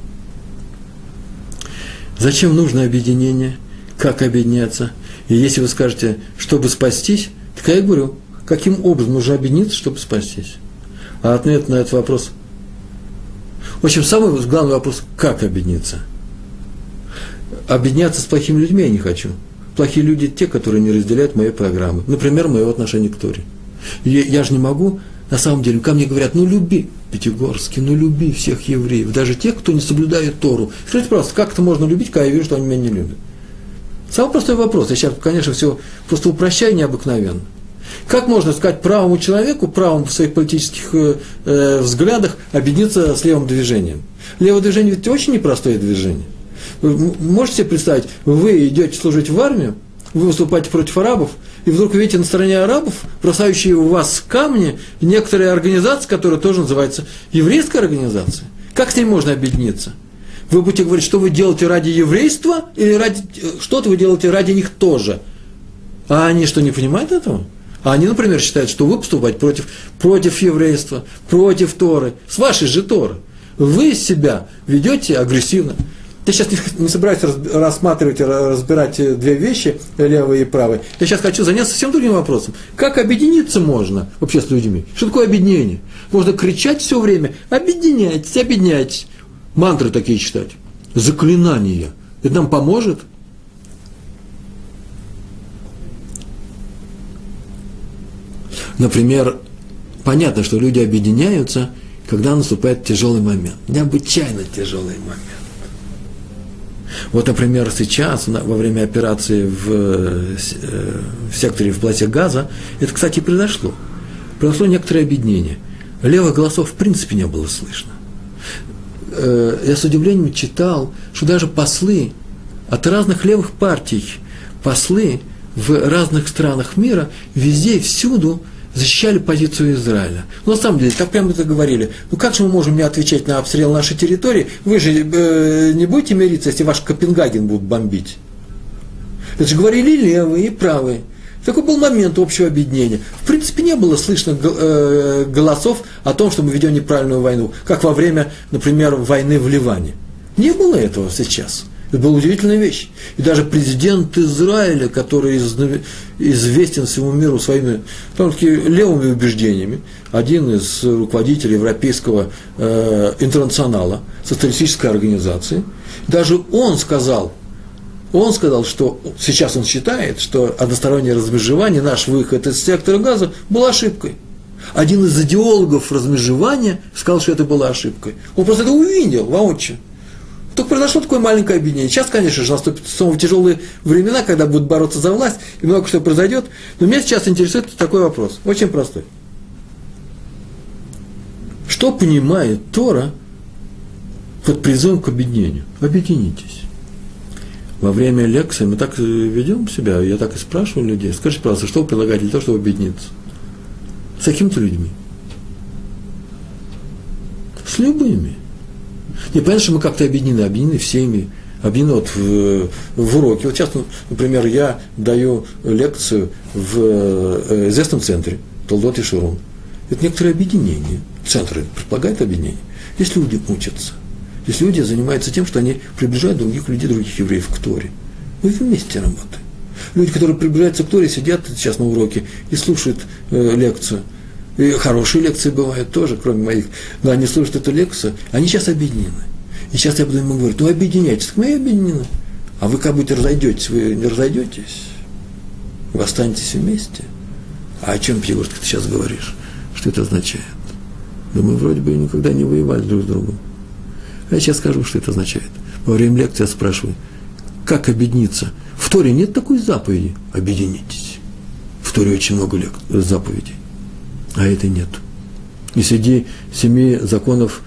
Зачем нужно объединение? Как объединяться? И если вы скажете, чтобы спастись, так я говорю, каким образом нужно объединиться, чтобы спастись? А ответ на этот вопрос. В общем, самый главный вопрос, как объединиться? Объединяться с плохими людьми я не хочу. Плохие люди – те, которые не разделяют мои программы. Например, моего отношения к Торе. Я же не могу, на самом деле, ко мне говорят, люби Пятигорский, люби всех евреев, даже тех, кто не соблюдает Тору. Скажите, просто, как это можно любить, когда я вижу, что они меня не любят? Самый простой вопрос. Я сейчас, конечно, все просто упрощаю необыкновенно. Как можно сказать правому человеку, правому в своих политических взглядах, объединиться с левым движением? Левое движение ведь очень непростое движение. Вы можете себе представить, вы идете служить в армию, вы выступаете против арабов, и вдруг вы видите на стороне арабов, бросающие у вас камни, некоторые организации, которые тоже называются еврейская организация. Как с ней можно объединиться? Вы будете говорить, что вы делаете ради еврейства, или что-то вы делаете ради них тоже. А они что, не понимают этого? А они, например, считают, что вы поступаете против еврейства, против Торы, с вашей же Торы. Вы себя ведете агрессивно. Я сейчас не собираюсь рассматривать и разбирать две вещи, левые и правые. Я сейчас хочу заняться совсем другим вопросом. Как объединиться можно вообще с людьми? Что такое объединение? Можно кричать все время: объединяйтесь, объединяйтесь. Мантры такие читать, заклинания. Это нам поможет? Например, понятно, что люди объединяются, когда наступает тяжелый момент, необычайно тяжелый момент. Вот, например, сейчас, во время операции в секторе в полосе Газа, это, кстати, и произошло. Произошло некоторое объединение. Левых голосов в принципе не было слышно. Я с удивлением читал, что даже послы от разных левых партий, послы в разных странах мира, везде и всюду защищали позицию Израиля. Но на самом деле, так прямо это говорили. Ну как же мы можем не отвечать на обстрел нашей территории? Вы же не будете мириться, если ваш Копенгаген будут бомбить. Это же говорили левые и правые. Такой был момент общего объединения. В принципе, не было слышно голосов о том, что мы ведем неправильную войну, как во время, например, войны в Ливане. Не было этого сейчас. Это была удивительная вещь. И даже президент Израиля, который известен всему миру своими левыми убеждениями, один из руководителей Европейского интернационала, социалистической организации, даже он сказал, что сейчас он считает, что одностороннее размежевание, наш выход из сектора Газа, был ошибкой. Один из идеологов размежевания сказал, что это была ошибкой. Он просто это увидел воочию. Только произошло такое маленькое объединение. Сейчас, конечно же, наступят снова тяжелые времена, когда будут бороться за власть, и много что произойдет. Но меня сейчас интересует такой вопрос, очень простой. Что понимает Тора под призывом к объединению? Объединитесь. Во время лекции мы так ведем себя, я так и спрашиваю людей, скажите, пожалуйста, что вы предлагаете для того, чтобы объединиться? С какими-то людьми? С любыми. Не, понятно, что мы как-то объединены всеми, объединены вот в уроке. Вот сейчас, например, я даю лекцию в известном центре, Толдот Ешурун. Это некоторое объединение. Центры предполагают объединение. Здесь люди учатся. Здесь люди занимаются тем, что они приближают других людей, других евреев к Торе. Мы вместе работаем. Люди, которые приближаются к Торе, сидят сейчас на уроке и слушают лекцию. И хорошие лекции бывают тоже, кроме моих. Но они слушают эту лекцию, они сейчас объединены. И сейчас я буду ему говорить, ну объединяйтесь, так мы и объединены. А вы как будто разойдетесь, вы не разойдетесь, вы останетесь вместе. А о чем, Егор, ты сейчас говоришь? Что это означает? Да мы вроде бы никогда не воевали друг с другом. А я сейчас скажу, что это означает. Во время лекции я спрашиваю, как объединиться? В Торе нет такой заповеди. Объединитесь. В Торе очень много заповедей. А это нет. И среди 7 законов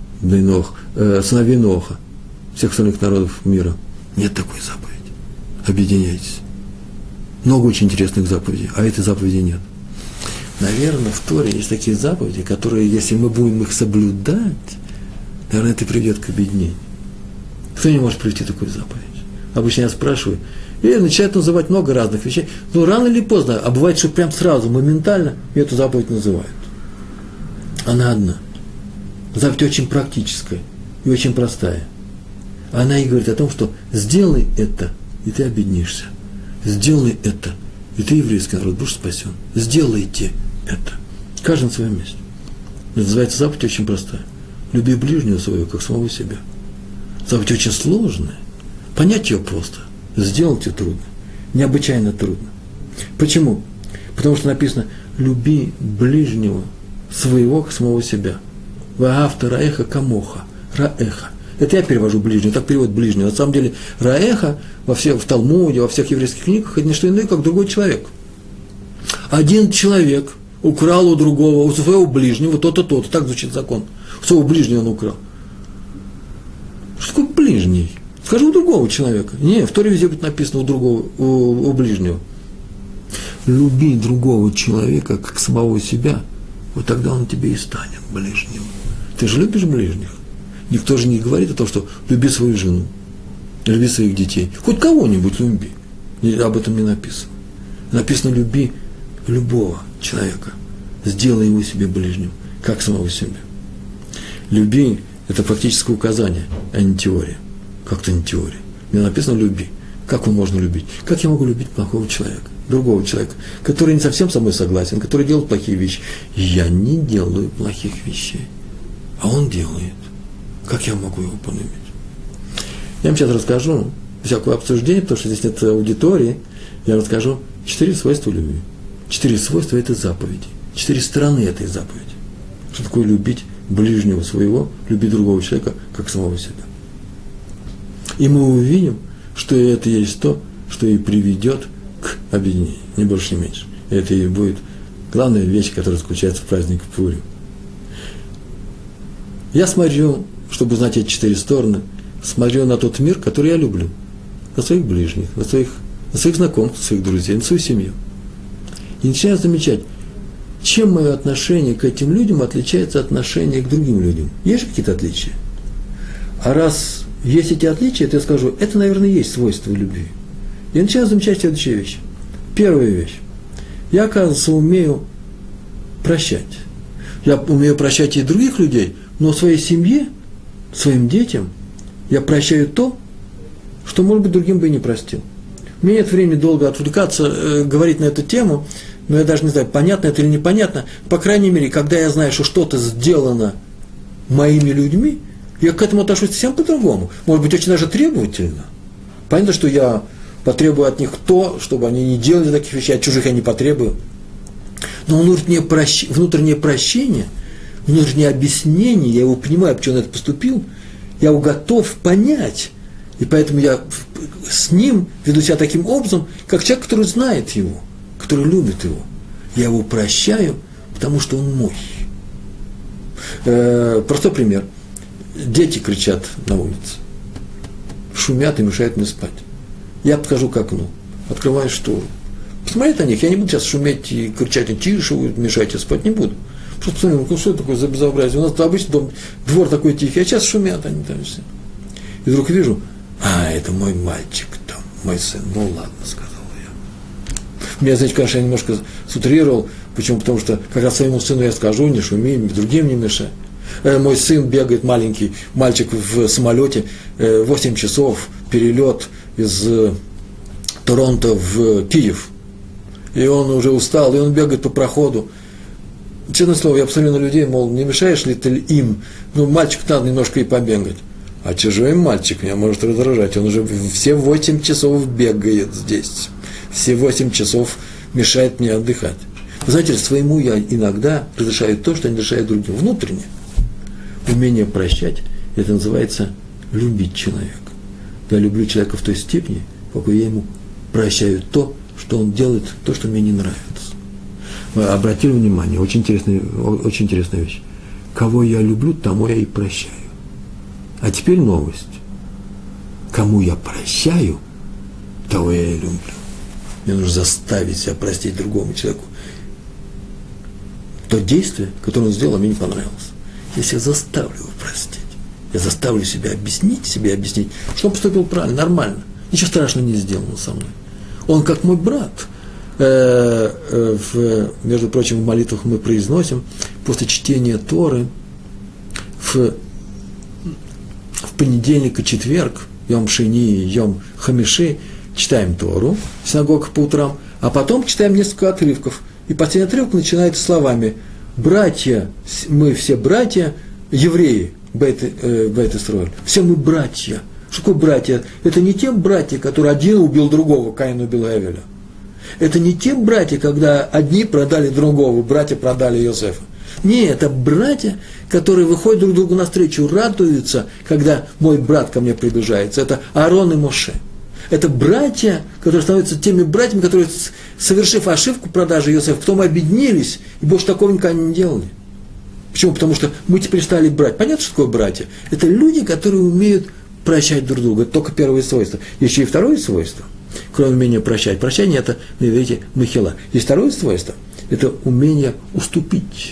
сыновей Ноха, всех остальных народов мира, нет такой заповеди. Объединяйтесь. Много очень интересных заповедей, а этой заповеди нет. Наверное, в Торе есть такие заповеди, которые, если мы будем их соблюдать, наверное, это приведет к объединению. Кто не может привести такую заповедь? Обычно я спрашиваю, и начинают называть много разных вещей. Но рано или поздно, а бывает, что прям сразу, моментально, эту заповедь называют. Она одна. Заповедь очень практическая и очень простая. Она и говорит о том, что сделай это, и ты объединишься. Сделай это, и ты, еврейский народ, будешь спасен. Сделайте это. Каждый на своем месте. Это называется заповедь очень простая. Люби ближнего своего, как самого себя. Заповедь очень сложная. Понять ее просто. Сделать ее трудно. Необычайно трудно. Почему? Потому что написано, люби ближнего своего, как самого себя. Ваагавта раэха камоха. Раэха. Это я перевожу ближнего, так перевод ближнего. На самом деле, раэха в Талмуде, во всех еврейских книгах, это не что иное, как другой человек. Один человек украл у другого, у своего ближнего, то-то, то-то. Так звучит закон. У своего ближнего он украл. Что такое ближний? Скажи у другого человека. Не, в Торе везде будет написано у ближнего. Люби другого человека, как самого себя, вот тогда он тебе и станет ближним. Ты же любишь ближних. Никто же не говорит о том, что люби свою жену, люби своих детей. Хоть кого-нибудь люби. Об этом не написано. Написано, люби любого человека. Сделай его себе ближним, как самого себя. Люби – это практическое указание, а не теория. Как-то не теория. Мне написано «люби». Как он можно любить? Как я могу любить плохого человека, другого человека, который не совсем со мной согласен, который делает плохие вещи? Я не делаю плохих вещей, а он делает. Как я могу его полюбить? Я вам сейчас расскажу, всякое обсуждение, потому что здесь нет аудитории, я расскажу 4 свойства любви. 4 свойства этой заповеди. 4 стороны этой заповеди. Что такое любить ближнего своего, любить другого человека, как самого себя. И мы увидим, что это есть то, что и приведет к объединению, ни больше, ни меньше. И это и будет главная вещь, которая заключается в празднике Пурим. Я смотрю, чтобы знать эти 4 стороны, смотрю на тот мир, который я люблю, на своих ближних, на своих знакомых, на своих друзей, на свою семью. И начинаю замечать, чем мое отношение к этим людям отличается от отношения к другим людям. Есть же какие-то отличия? А раз есть эти отличия, то я скажу, это, наверное, и есть свойство любви. Я начинаю замечать следующую вещь. Первая вещь. Я, оказывается, умею прощать. Я умею прощать и других людей, но своей семье, своим детям я прощаю то, что, может быть, другим бы и не простил. У меня нет времени долго отвлекаться, говорить на эту тему, но я даже не знаю, понятно это или непонятно. По крайней мере, когда я знаю, что что-то сделано моими людьми, я к этому отношусь совсем по-другому. Может быть, очень даже требовательно. Понятно, что я потребую от них то, чтобы они не делали таких вещей, от чужих я не потребую. Но внутреннее прощение, внутреннее объяснение, я его понимаю, почему он это поступил, я его готов понять. И поэтому я с ним веду себя таким образом, как человек, который знает его, который любит его. Я его прощаю, потому что он мой. Простой пример. Дети кричат на улице, шумят и мешают мне спать. Я подхожу к окну, открываю штору. Посмотреть на них, я не буду сейчас шуметь и кричать, тише, вы мешаете спать, не буду. Просто посмотрим, ну что это такое за безобразие? У нас обычно двор такой тихий, а сейчас шумят они там все. И вдруг вижу, это мой мальчик там, мой сын. Ну ладно, сказал я. Меня, знаете, конечно, я немножко сутрировал. Почему? Потому что, когда своему сыну я скажу, не шуми, другим не мешай. Мой сын бегает, маленький мальчик в самолете, 8 часов перелет из Торонто в Киев. И он уже устал, и он бегает по проходу. Честное слово, я посмотрю на людей, мол, не мешаешь ли ты им? Ну, мальчику надо немножко и побегать. А чужой мальчик меня может раздражать. Он уже все 8 часов бегает здесь. Все 8 часов мешает мне отдыхать. Вы знаете, своему я иногда разрешаю то, что не разрешаю другим. Внутренне. Умение прощать, это называется любить человека. Я люблю человека в той степени, какой я ему прощаю то, что он делает, то, что мне не нравится. Вы обратили внимание, очень интересная вещь. Кого я люблю, тому я и прощаю. А теперь новость. Кому я прощаю, того я и люблю. Мне нужно заставить себя простить другому человеку. То действие, которое он сделал, мне не понравилось. Я себя заставлю его простить. Я заставлю себя объяснить, что он поступил правильно, нормально. Ничего страшного не сделано со мной. Он как мой брат. Между прочим, в молитвах мы произносим после чтения Торы в понедельник и четверг, Йом Шини, Йом Хамиши, читаем Тору в синагогах по утрам, а потом читаем несколько отрывков. И последний отрывок начинается словами «Братья, мы все братья, евреи, Бейт Исроэль, все мы братья». Что такое братья? Это не те братья, которые один убил другого, Каин убил Авеля. Это не те братья, когда одни продали другого, братья продали Йосефа. Нет, это братья, которые выходят друг другу навстречу, радуются, когда мой брат ко мне приближается. Это Аарон и Моше. Это братья, которые становятся теми братьями, которые, совершив ошибку продажи Йосефа, потом объединились и больше такого никогда не делали. Почему? Потому что мы теперь стали брать. Понятно, что такое братья? Это люди, которые умеют прощать друг друга. Это только первое свойство. Еще и второе свойство. Кроме умения прощать. Прощание – это, на иврите, мехила. Есть второе свойство. Это умение уступить.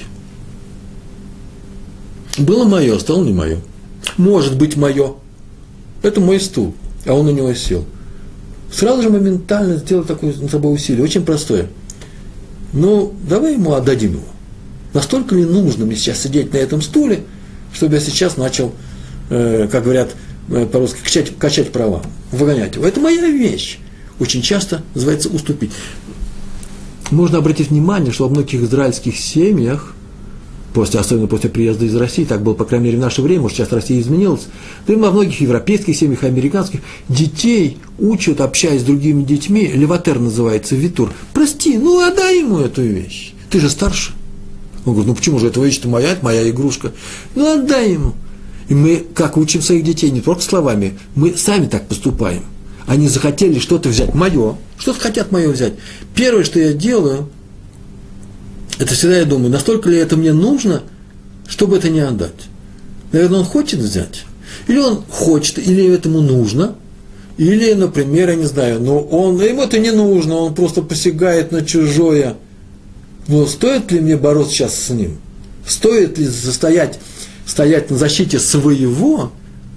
Было мое, стало не мое. Может быть мое. Это мой стул, а он на него сел. Сразу же моментально сделал такое над собой усилие. Очень простое. Ну, давай ему отдадим его. Настолько ли нужно мне сейчас сидеть на этом стуле, чтобы я сейчас начал, как говорят по-русски, качать права, выгонять его. Это моя вещь. Очень часто называется уступить. Можно обратить внимание, что во многих израильских семьях, особенно после приезда из России, так было, по крайней мере, в наше время, может, сейчас Россия изменилась, да и во многих европейских семьях, американских, детей учат, общаясь с другими детьми, леватер называется, витур. Прости, отдай ему эту вещь. Ты же старше. Он говорит, ну почему же, эта вещь-то моя, это моя игрушка. Ну отдай ему. И мы, как учим своих детей, не только словами, мы сами так поступаем. Они захотели что-то взять мое, что-то хотят мое взять. Первое, что я делаю, это всегда я думаю, настолько ли это мне нужно, чтобы это не отдать. Наверное, он хочет взять. Или он хочет, или этому нужно. Или, например, я не знаю, но ему это не нужно, он просто посягает на чужое. Но стоит ли мне бороться сейчас с ним? Стоит ли стоять на защите своего,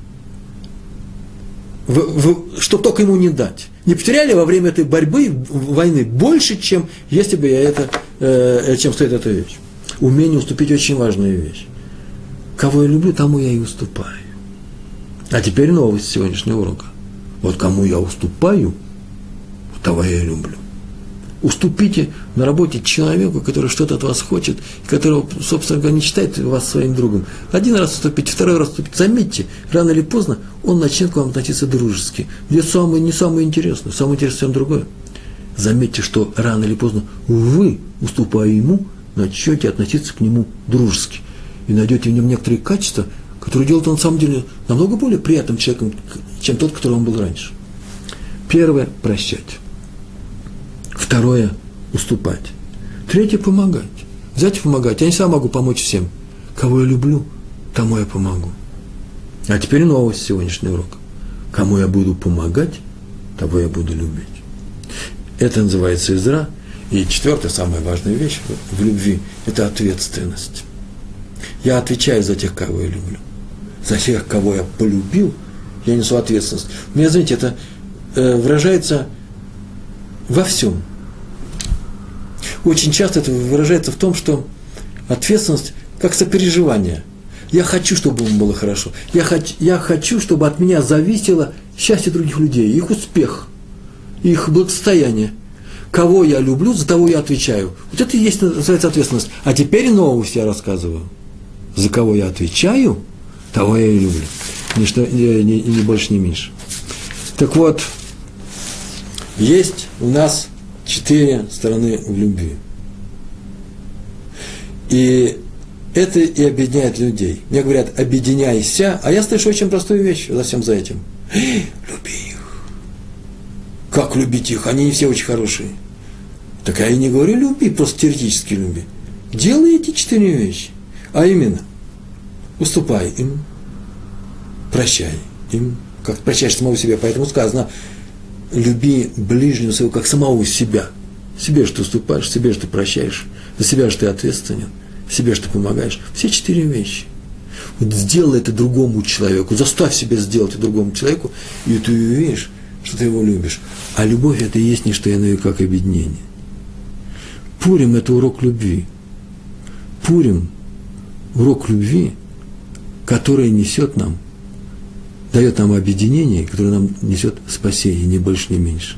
чтобы только ему не дать? Не потеряли во время этой борьбы, войны, больше, чем если бы чем стоит эта вещь? Умение уступить – очень важная вещь. Кого я люблю, тому я и уступаю. А теперь новость сегодняшнего урока. Вот кому я уступаю, того я и люблю. Уступите на работе человеку, который что-то от вас хочет, которого, собственно говоря, не считает вас своим другом. Один раз уступите, второй раз уступите. Заметьте, рано или поздно он начнет к вам относиться дружески. Где не самое интересное, самое интересное совсем другое. Заметьте, что рано или поздно вы, уступая ему, начнете относиться к нему дружески. И найдете в нем некоторые качества, которые делают его на самом деле намного более приятным человеком, чем тот, которым он был раньше. Первое – прощать. Второе – уступать. Третье – помогать. Взять и помогать. Я не сам могу помочь всем. Кого я люблю, тому я помогу. А теперь новость сегодняшнего урока. Кому я буду помогать, того я буду любить. Это называется Эзра. И четвертая, самая важная вещь в любви – это ответственность. Я отвечаю за тех, кого я люблю. За тех, кого я полюбил, я несу ответственность. У меня, знаете, это выражается во всем. Очень часто это выражается в том, что ответственность как сопереживание. Я хочу, чтобы ему было хорошо. Я хочу, чтобы от меня зависело счастье других людей, их успех, их благосостояние. Кого я люблю, за того я отвечаю. Вот это и есть, называется, ответственность. А теперь новость я рассказываю. За кого я отвечаю, того я и люблю. Ни больше, ни меньше. Так вот, есть у нас 4 стороны в любви. И это и объединяет людей. Мне говорят, объединяйся, а я слышу очень простую вещь за всем за этим. Люби их. Как любить их? Они не все очень хорошие. Так я и не говорю люби, просто теоретически люби. Делай эти 4 вещи. А именно, уступай им, прощай им, как прощаешь самого себя. Поэтому сказано, люби ближнего своего, как самого себя. Себе же ты уступаешь, себе же ты прощаешь, за себя же ты ответственен, себе же ты помогаешь. Все 4 вещи. Вот сделай это другому человеку, заставь себя сделать это другому человеку, и ты увидишь, что ты его любишь. А любовь – это и есть не что иное, как объединение. Пурим – это урок любви. Пурим – урок любви, который несет нам, дает нам объединение, которое нам несет спасение, ни больше, ни меньше.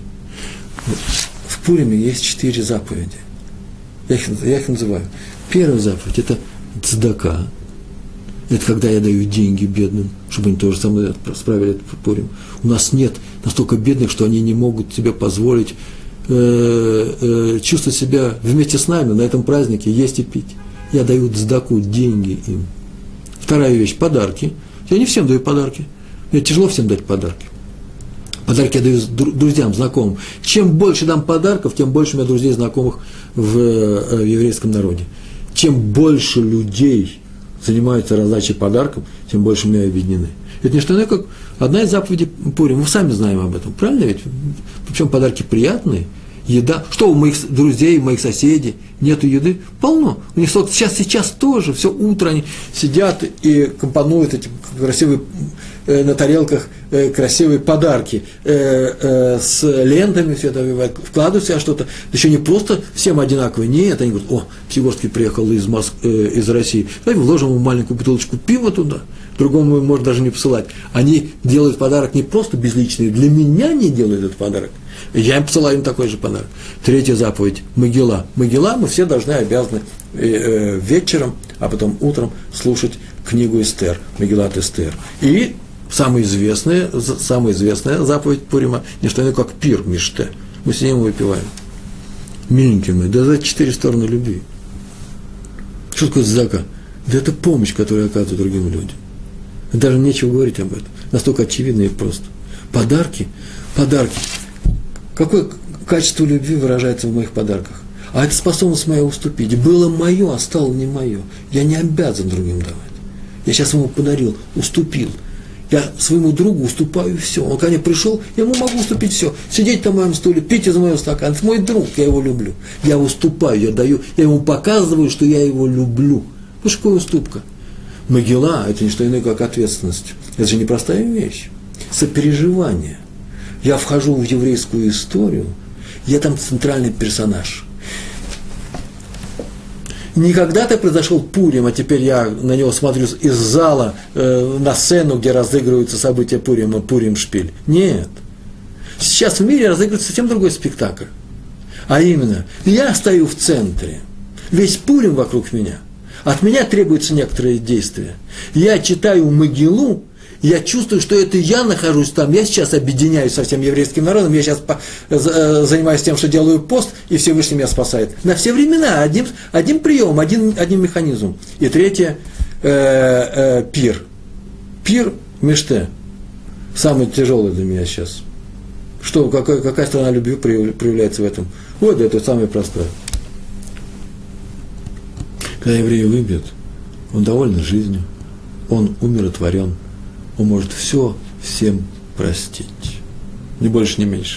В Пуриме есть 4 заповеди. Я их называю. Первая заповедь – это цдака. Это когда я даю деньги бедным, чтобы они тоже со мной справили этот Пурим. У нас нет настолько бедных, что они не могут себе позволить чувствовать себя вместе с нами на этом празднике, есть и пить. Я даю цдаку, деньги им. Вторая вещь – подарки. Я не всем даю подарки. Мне тяжело всем дать подарки. Подарки я даю друзьям, знакомым. Чем больше дам подарков, тем больше у меня друзей, знакомых в еврейском народе. Чем больше людей занимаются раздачей подарков, тем больше мы объединены. Это не что иное, как одна из заповедей Пурим. Мы сами знаем об этом. Правильно ведь? Причем подарки приятные. Еда. Что у моих друзей, у моих соседей нету еды? Полно. У них сейчас тоже, все утро они сидят и компонуют эти красивые на тарелках красивые подарки с лентами, все это вкладывают в себя что-то. Еще не просто всем одинаковые. Нет, они говорят, о, Псигорский приехал из России. Давайте вложим ему маленькую бутылочку пива туда. Другому может даже не посылать. Они делают подарок не просто безличный. Для меня не делают этот подарок. Я им посылаю им такой же подарок. Третья заповедь – Могила. Могила мы все обязаны вечером, а потом утром слушать книгу Эстер, Мегилат Эстер. И самая известная заповедь Пурима – не что иное, как пир Миште. Мы сидим и выпиваем. Миленькие мы, да за 4 стороны любви. Что такое цдака? Да это помощь, которую оказывают другим людям. Даже нечего говорить об этом. Настолько очевидно и просто. Подарки. Какое качество любви выражается в моих подарках? А это способность моя уступить. Было мое, а стало не мое. Я не обязан другим давать. Я сейчас ему подарил, уступил. Я своему другу уступаю все. Он ко мне пришел, я ему могу уступить все. Сидеть на моем стуле, пить из моего стакана. Это мой друг, я его люблю. Я уступаю, я даю, я ему показываю, что я его люблю. Ну что такое уступка? Могила – это не что иное, как ответственность. Это же непростая вещь. Сопереживание. Я вхожу в еврейскую историю, я там центральный персонаж. Не когда-то произошел Пурим, а теперь я на него смотрю из зала на сцену, где разыгрываются события Пурима, Пурим-шпиль. Нет. Сейчас в мире разыгрывается совсем другой спектакль. А именно, я стою в центре, весь Пурим вокруг меня. От меня требуется некоторые действия. Я читаю Могилу, я чувствую, что это я нахожусь там, я сейчас объединяюсь со всем еврейским народом, я сейчас занимаюсь тем, что делаю пост, и Всевышний меня спасает. На все времена, один прием, один механизм. И третье, пир. Пир меште. Самый тяжелый для меня сейчас. Какая сторона любви проявляется в этом? Вот это самое простое. Когда еврея выбьют, он доволен жизнью, он умиротворен. Он может все всем простить. Ни больше, ни меньше.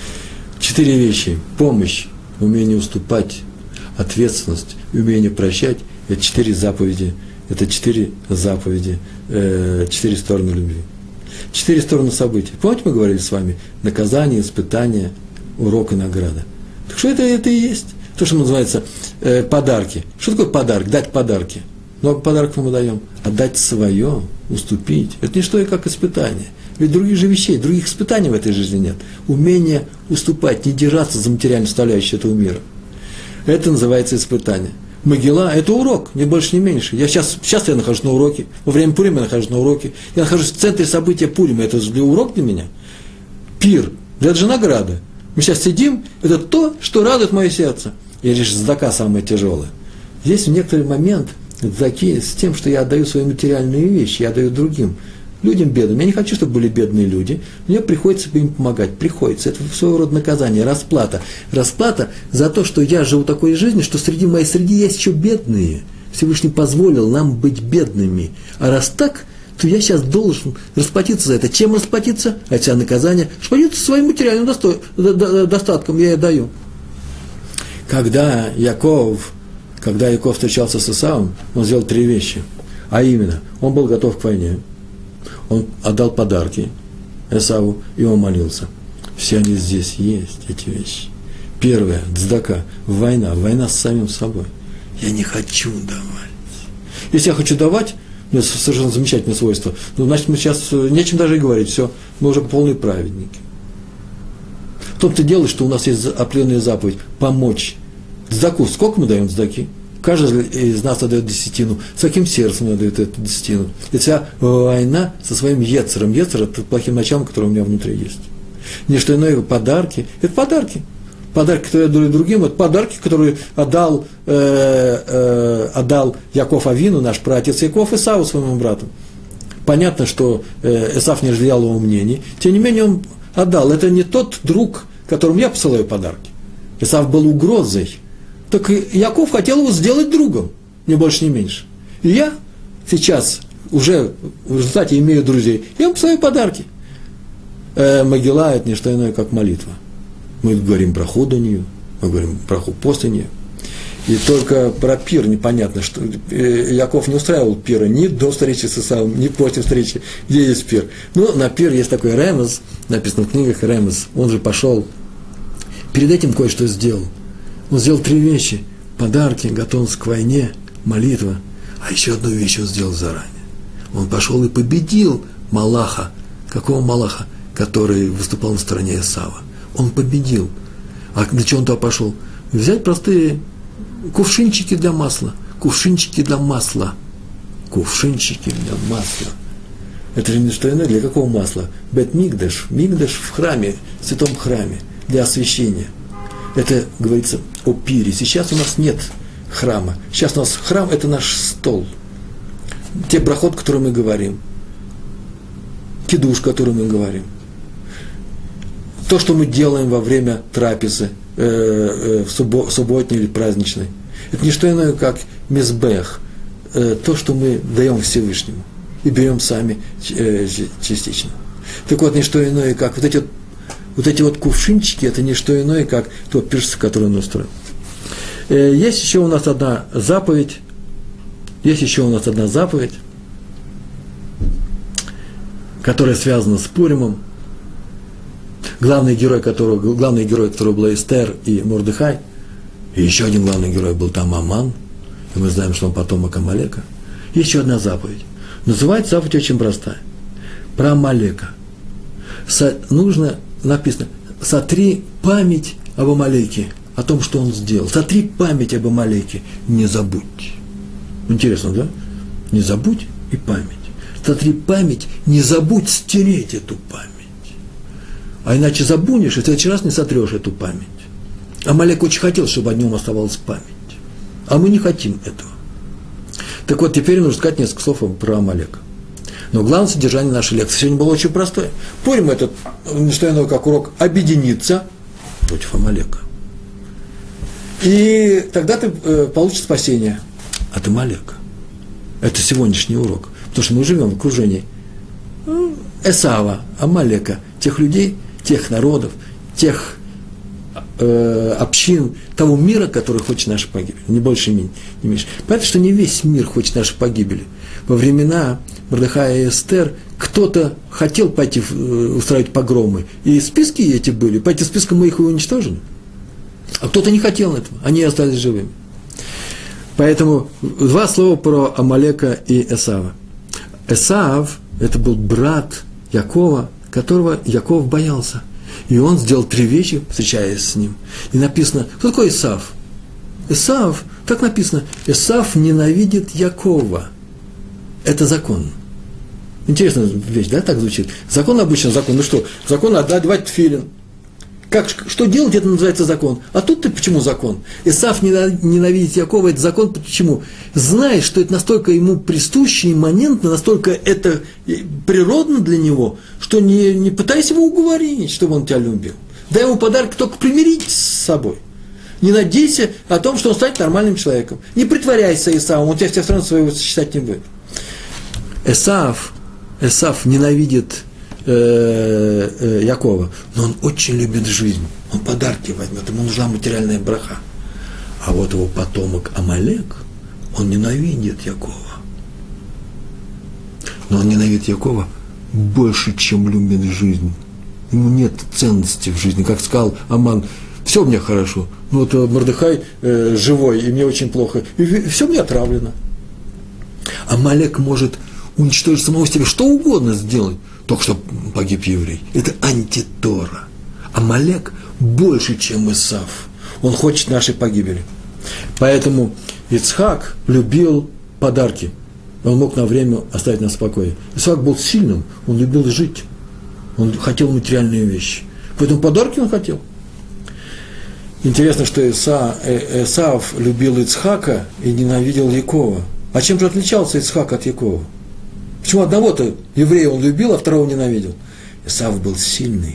4 вещи. Помощь, умение уступать, ответственность и умение прощать. Это 4 заповеди. Это 4 заповеди, 4 стороны любви. 4 стороны событий. Помните, мы говорили с вами? Наказание, испытание, урок и награда. Так что это и есть? То, что называется подарки. Что такое подарок? Дать подарки. Много подарков мы даем. Отдать свое, уступить. Это не что и как испытание. Ведь других же вещей, других испытаний в этой жизни нет. Умение уступать, не держаться за материальную составляющую этого мира. Это называется испытание. Могила – это урок, ни больше, ни меньше. Сейчас я нахожусь на уроке, во время Пурима я нахожусь на уроке. Я нахожусь в центре события Пурима. Это же урок для меня. Пир – это же награда. Мы сейчас сидим, это то, что радует мое сердце. И лишь цдака самое тяжелое. Есть в некоторый момент цдаки с тем, что я отдаю свои материальные вещи, я отдаю другим, людям бедным. Я не хочу, чтобы были бедные люди, мне приходится им помогать, приходится. Это своего рода наказание, расплата. Расплата за то, что я живу такой жизнью, что среди моей среды есть еще бедные. Всевышний позволил нам быть бедными. А раз так, то я сейчас должен расплатиться за это. Чем расплатиться? А это наказание. Расплатиться своим материальным достатком я и даю. Когда Яков встречался с Исавом, он сделал 3 вещи. А именно, он был готов к войне, он отдал подарки Исаву, и он молился. Все они здесь есть, эти вещи. Первое, цдака, война с самим собой. Я не хочу давать. Если я хочу давать, у меня совершенно замечательное свойство, значит, мы сейчас нечем даже и говорить, все, мы уже полные праведники. В том-то дело, что у нас есть определенная заповедь – помочь. Цдаку, сколько мы даем цдаки? Каждый из нас отдает десятину. С каким сердцем он отдает эту десятину? Это вся война со своим ецером. Ецер – это плохим началом, которое у меня внутри есть. Не что иное, подарки. Это подарки. Подарки, которые я даю другим, это подарки, которые отдал Яков Авину, наш праотец Яков, Исаву, своему брату. Понятно, что Исав не разделял его мнений. Тем не менее, он отдал. Это не тот друг, которому я посылаю подарки. Исав был угрозой. Так Яков хотел его сделать другом, ни больше, ни меньше. И я сейчас уже в результате имею друзей, я им посылаю подарки. Могила – это не что иное, как молитва. Мы говорим про худонию, мы говорим про после нее. И только про пир непонятно, что Яков не устраивал пира ни до встречи с Исавом, ни после встречи, где есть пир. Но на пир есть такой ремез, написано в книгах ремез, он же пошел, перед этим кое-что сделал. Он сделал 3 вещи: подарки, готовность к войне, молитва. А еще одну вещь он сделал заранее. Он пошел и победил Малаха. Какого Малаха? Который выступал на стороне Исава. Он победил. А для чего он туда пошел? Взять простые кувшинчики для масла. Кувшинчики для масла. Кувшинчики для масла. Это же не что иное. Для какого масла? Бет-мигдаш. Мигдаш в храме, в святом храме. Для освящения. Это говорится о пире. Сейчас у нас нет храма. Сейчас у нас храм – это наш стол. Те брахот, которые мы говорим. Кидуш, который мы говорим. То, что мы делаем во время трапезы, субботней или праздничной. Это не что иное, как мизбех. То, что мы даем Всевышнему. И берем сами частично. Так вот, не что иное, как вот эти вот кувшинчики, это не что иное, как то пиршество, которое он устроил. Есть еще у нас одна заповедь, которая связана с Пуримом. Главный герой которого был Эстер и Мордехай. И еще один главный герой был там Аман. И мы знаем, что он потомок Амалека. Есть еще одна заповедь. Называется заповедь очень простая. Про Амалека. Написано, сотри память об Амалеке, о том, что он сделал. Сотри память об Амалеке, не забудь. Интересно, да? Не забудь и память. Сотри память, не забудь стереть эту память. А иначе забудешь, и в следующий раз не сотрешь эту память. Амалек очень хотел, чтобы о нем оставалась память. А мы не хотим этого. Так вот, теперь нужно сказать несколько слов про Амалека. Но главное содержание нашей лекции сегодня было очень простое. Пурим – это не что иное, как урок объединиться против Амалека. И тогда ты получишь спасение от Амалека. Это сегодняшний урок. Потому что мы живем в окружении Эсава, Амалека, тех людей, тех народов, тех общин, того мира, который хочет нашей погибели. Не больше, не меньше. Понятно, что не весь мир хочет нашей погибели. Во времена Мордехая и Эстер кто-то хотел пойти устраивать погромы. И списки эти были. По этим спискам мы их и уничтожили. А кто-то не хотел этого. Они остались живыми. Поэтому два слова про Амалека и Эсава. Эсав – это был брат Якова, которого Яков боялся. И он сделал 3 вещи, встречаясь с ним. И написано, кто такой Эсав? Эсав, как написано, Эсав ненавидит Якова. Это закон. Интересная вещь, да, так звучит? Закон обычно закон. Ну что, закон одевать тфилин. Что делать, это называется закон. А тут ты почему закон? Эсав ненавидит Якова, это закон почему? Знаешь, что это настолько ему присуще, имманентно, настолько это природно для него, что не пытайся его уговорить, чтобы он тебя любил. Дай ему подарок, только примирить с собой. Не надейся о том, что он станет нормальным человеком. Не притворяйся Эсавом, он тебя все равно своего считать не будет. Эсав ненавидит Якова, но он очень любит жизнь, он подарки возьмет, ему нужна материальная браха. А вот его потомок Амалек, он ненавидит Якова. Но он ненавидит Якова больше, чем любит жизнь. Ему нет ценности в жизни. Как сказал Аман, все мне хорошо, но вот Мордехай живой, и мне очень плохо, и все мне отравлено. Амалек может уничтожить самого себя, что угодно сделать, только что погиб еврей. Это антитора. Амалек больше, чем Исав. Он хочет нашей погибели. Поэтому Ицхак любил подарки. Он мог на время оставить нас в покое. Исаак был сильным, он любил жить. Он хотел материальные вещи. Поэтому подарки он хотел. Интересно, что Исав любил Ицхака и ненавидел Якова. А чем же отличался Ицхак от Якова? Почему одного-то еврея он любил, а второго ненавидел? Исав был сильный.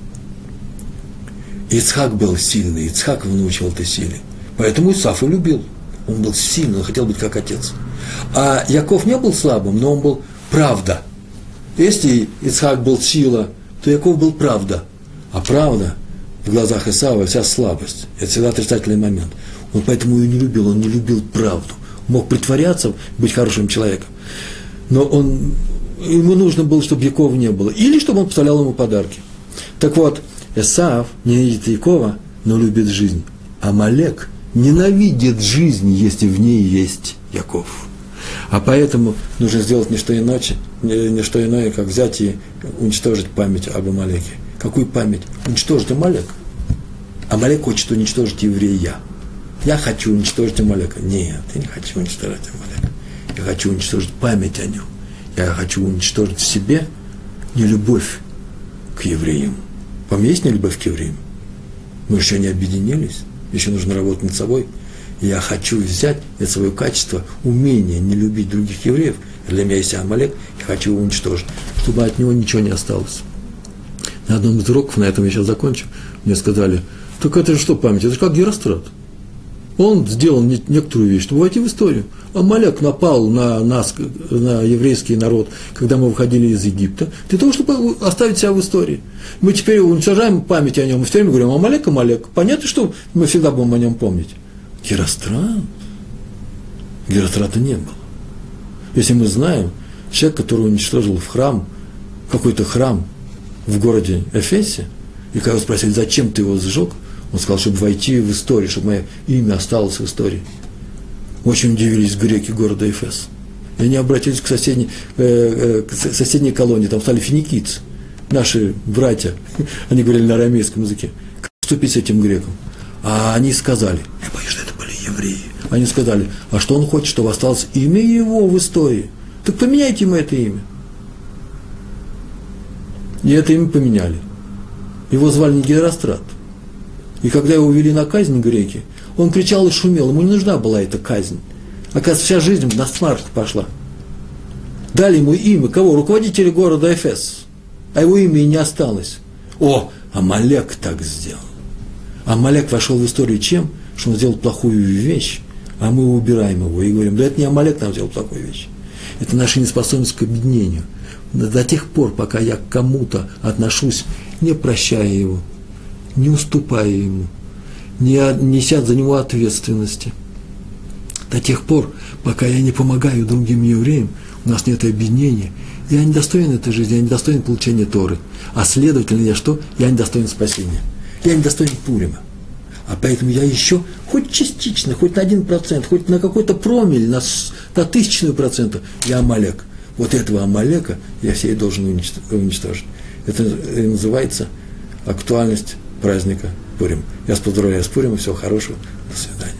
Ицхак был сильный. Ицхак его научил этой силе. Поэтому Исав и любил. Он был сильный, он хотел быть как отец. А Яков не был слабым, но он был правда. Если Ицхак был сила, то Яков был правда. А правда в глазах Исава вся слабость. Это всегда отрицательный момент. Он поэтому ее не любил, он не любил правду. Мог притворяться, быть хорошим человеком. Но ему нужно было, чтобы Якова не было. Или чтобы он поставлял ему подарки. Так вот, Эсав ненавидит Якова, но любит жизнь. Амалек ненавидит жизнь, если в ней есть Яков. А поэтому нужно сделать не что иное, как взять и уничтожить память об Амалеке. Какую память? Уничтожить Амалек. Амалек хочет уничтожить еврея. Я хочу уничтожить Амалека. Нет, я не хочу уничтожить Амалека. Я хочу уничтожить память о нем. Я хочу уничтожить в себе нелюбовь к евреям. Вам есть нелюбовь к евреям? Мы еще не объединились, еще нужно работать над собой. Я хочу взять это свое качество, умение не любить других евреев. Для меня есть Амалек, я хочу его уничтожить, чтобы от него ничего не осталось. На одном из уроков, на этом я сейчас закончу, мне сказали, так это же что память, это же как Герострат. Он сделал некоторую вещь, чтобы войти в историю. Амалек напал на нас, на еврейский народ, когда мы выходили из Египта, для того, чтобы оставить себя в истории. Мы теперь уничтожаем память о нем, мы все время говорим, Амалек, Амалек. Понятно, что мы всегда будем о нем помнить. Герострата не было. Если мы знаем, человек, который уничтожил в храм, какой-то храм в городе Эфесе, и когда его спросили, зачем ты его сжег, он сказал, чтобы войти в историю, чтобы мое имя осталось в истории. Очень удивились греки города Эфес. И они обратились к соседней колонии, там стали финикийцы, наши братья, они говорили на арамейском языке. Как поступить с этим греком? А они сказали, я боюсь, что это были евреи. Они сказали, а что он хочет, чтобы осталось имя его в истории? Так поменяйте ему это имя. И это имя поменяли. Его звали не Герострат. И когда его увели на казнь греки, он кричал и шумел, ему не нужна была эта казнь. Оказывается, вся жизнь на смарт пошла. Дали ему имя кого? Руководителя города Эфес. А его имя и не осталось. О, Амалек так сделал. Амалек вошел в историю чем? Что он сделал плохую вещь, а мы убираем его и говорим, да это не Амалек нам сделал плохую вещь. Это наша неспособность к объединению. До тех пор, пока я к кому-то отношусь, не прощая его, не уступая ему, не неся за него ответственности. До тех пор, пока я не помогаю другим евреям, у нас нет объединения, я не достоин этой жизни, я не достоин получения Торы. А следовательно, я что? Я не достоин спасения. Я не достоин Пурима. А поэтому я еще, хоть частично, хоть на 1%, хоть на какой-то промилль, на 0,001%, я Амалек. Вот этого Амалека я себе должен уничтожить. Это называется актуальность праздника Пурим. Я вас поздравляю с Пуримом, всего хорошего, до свидания.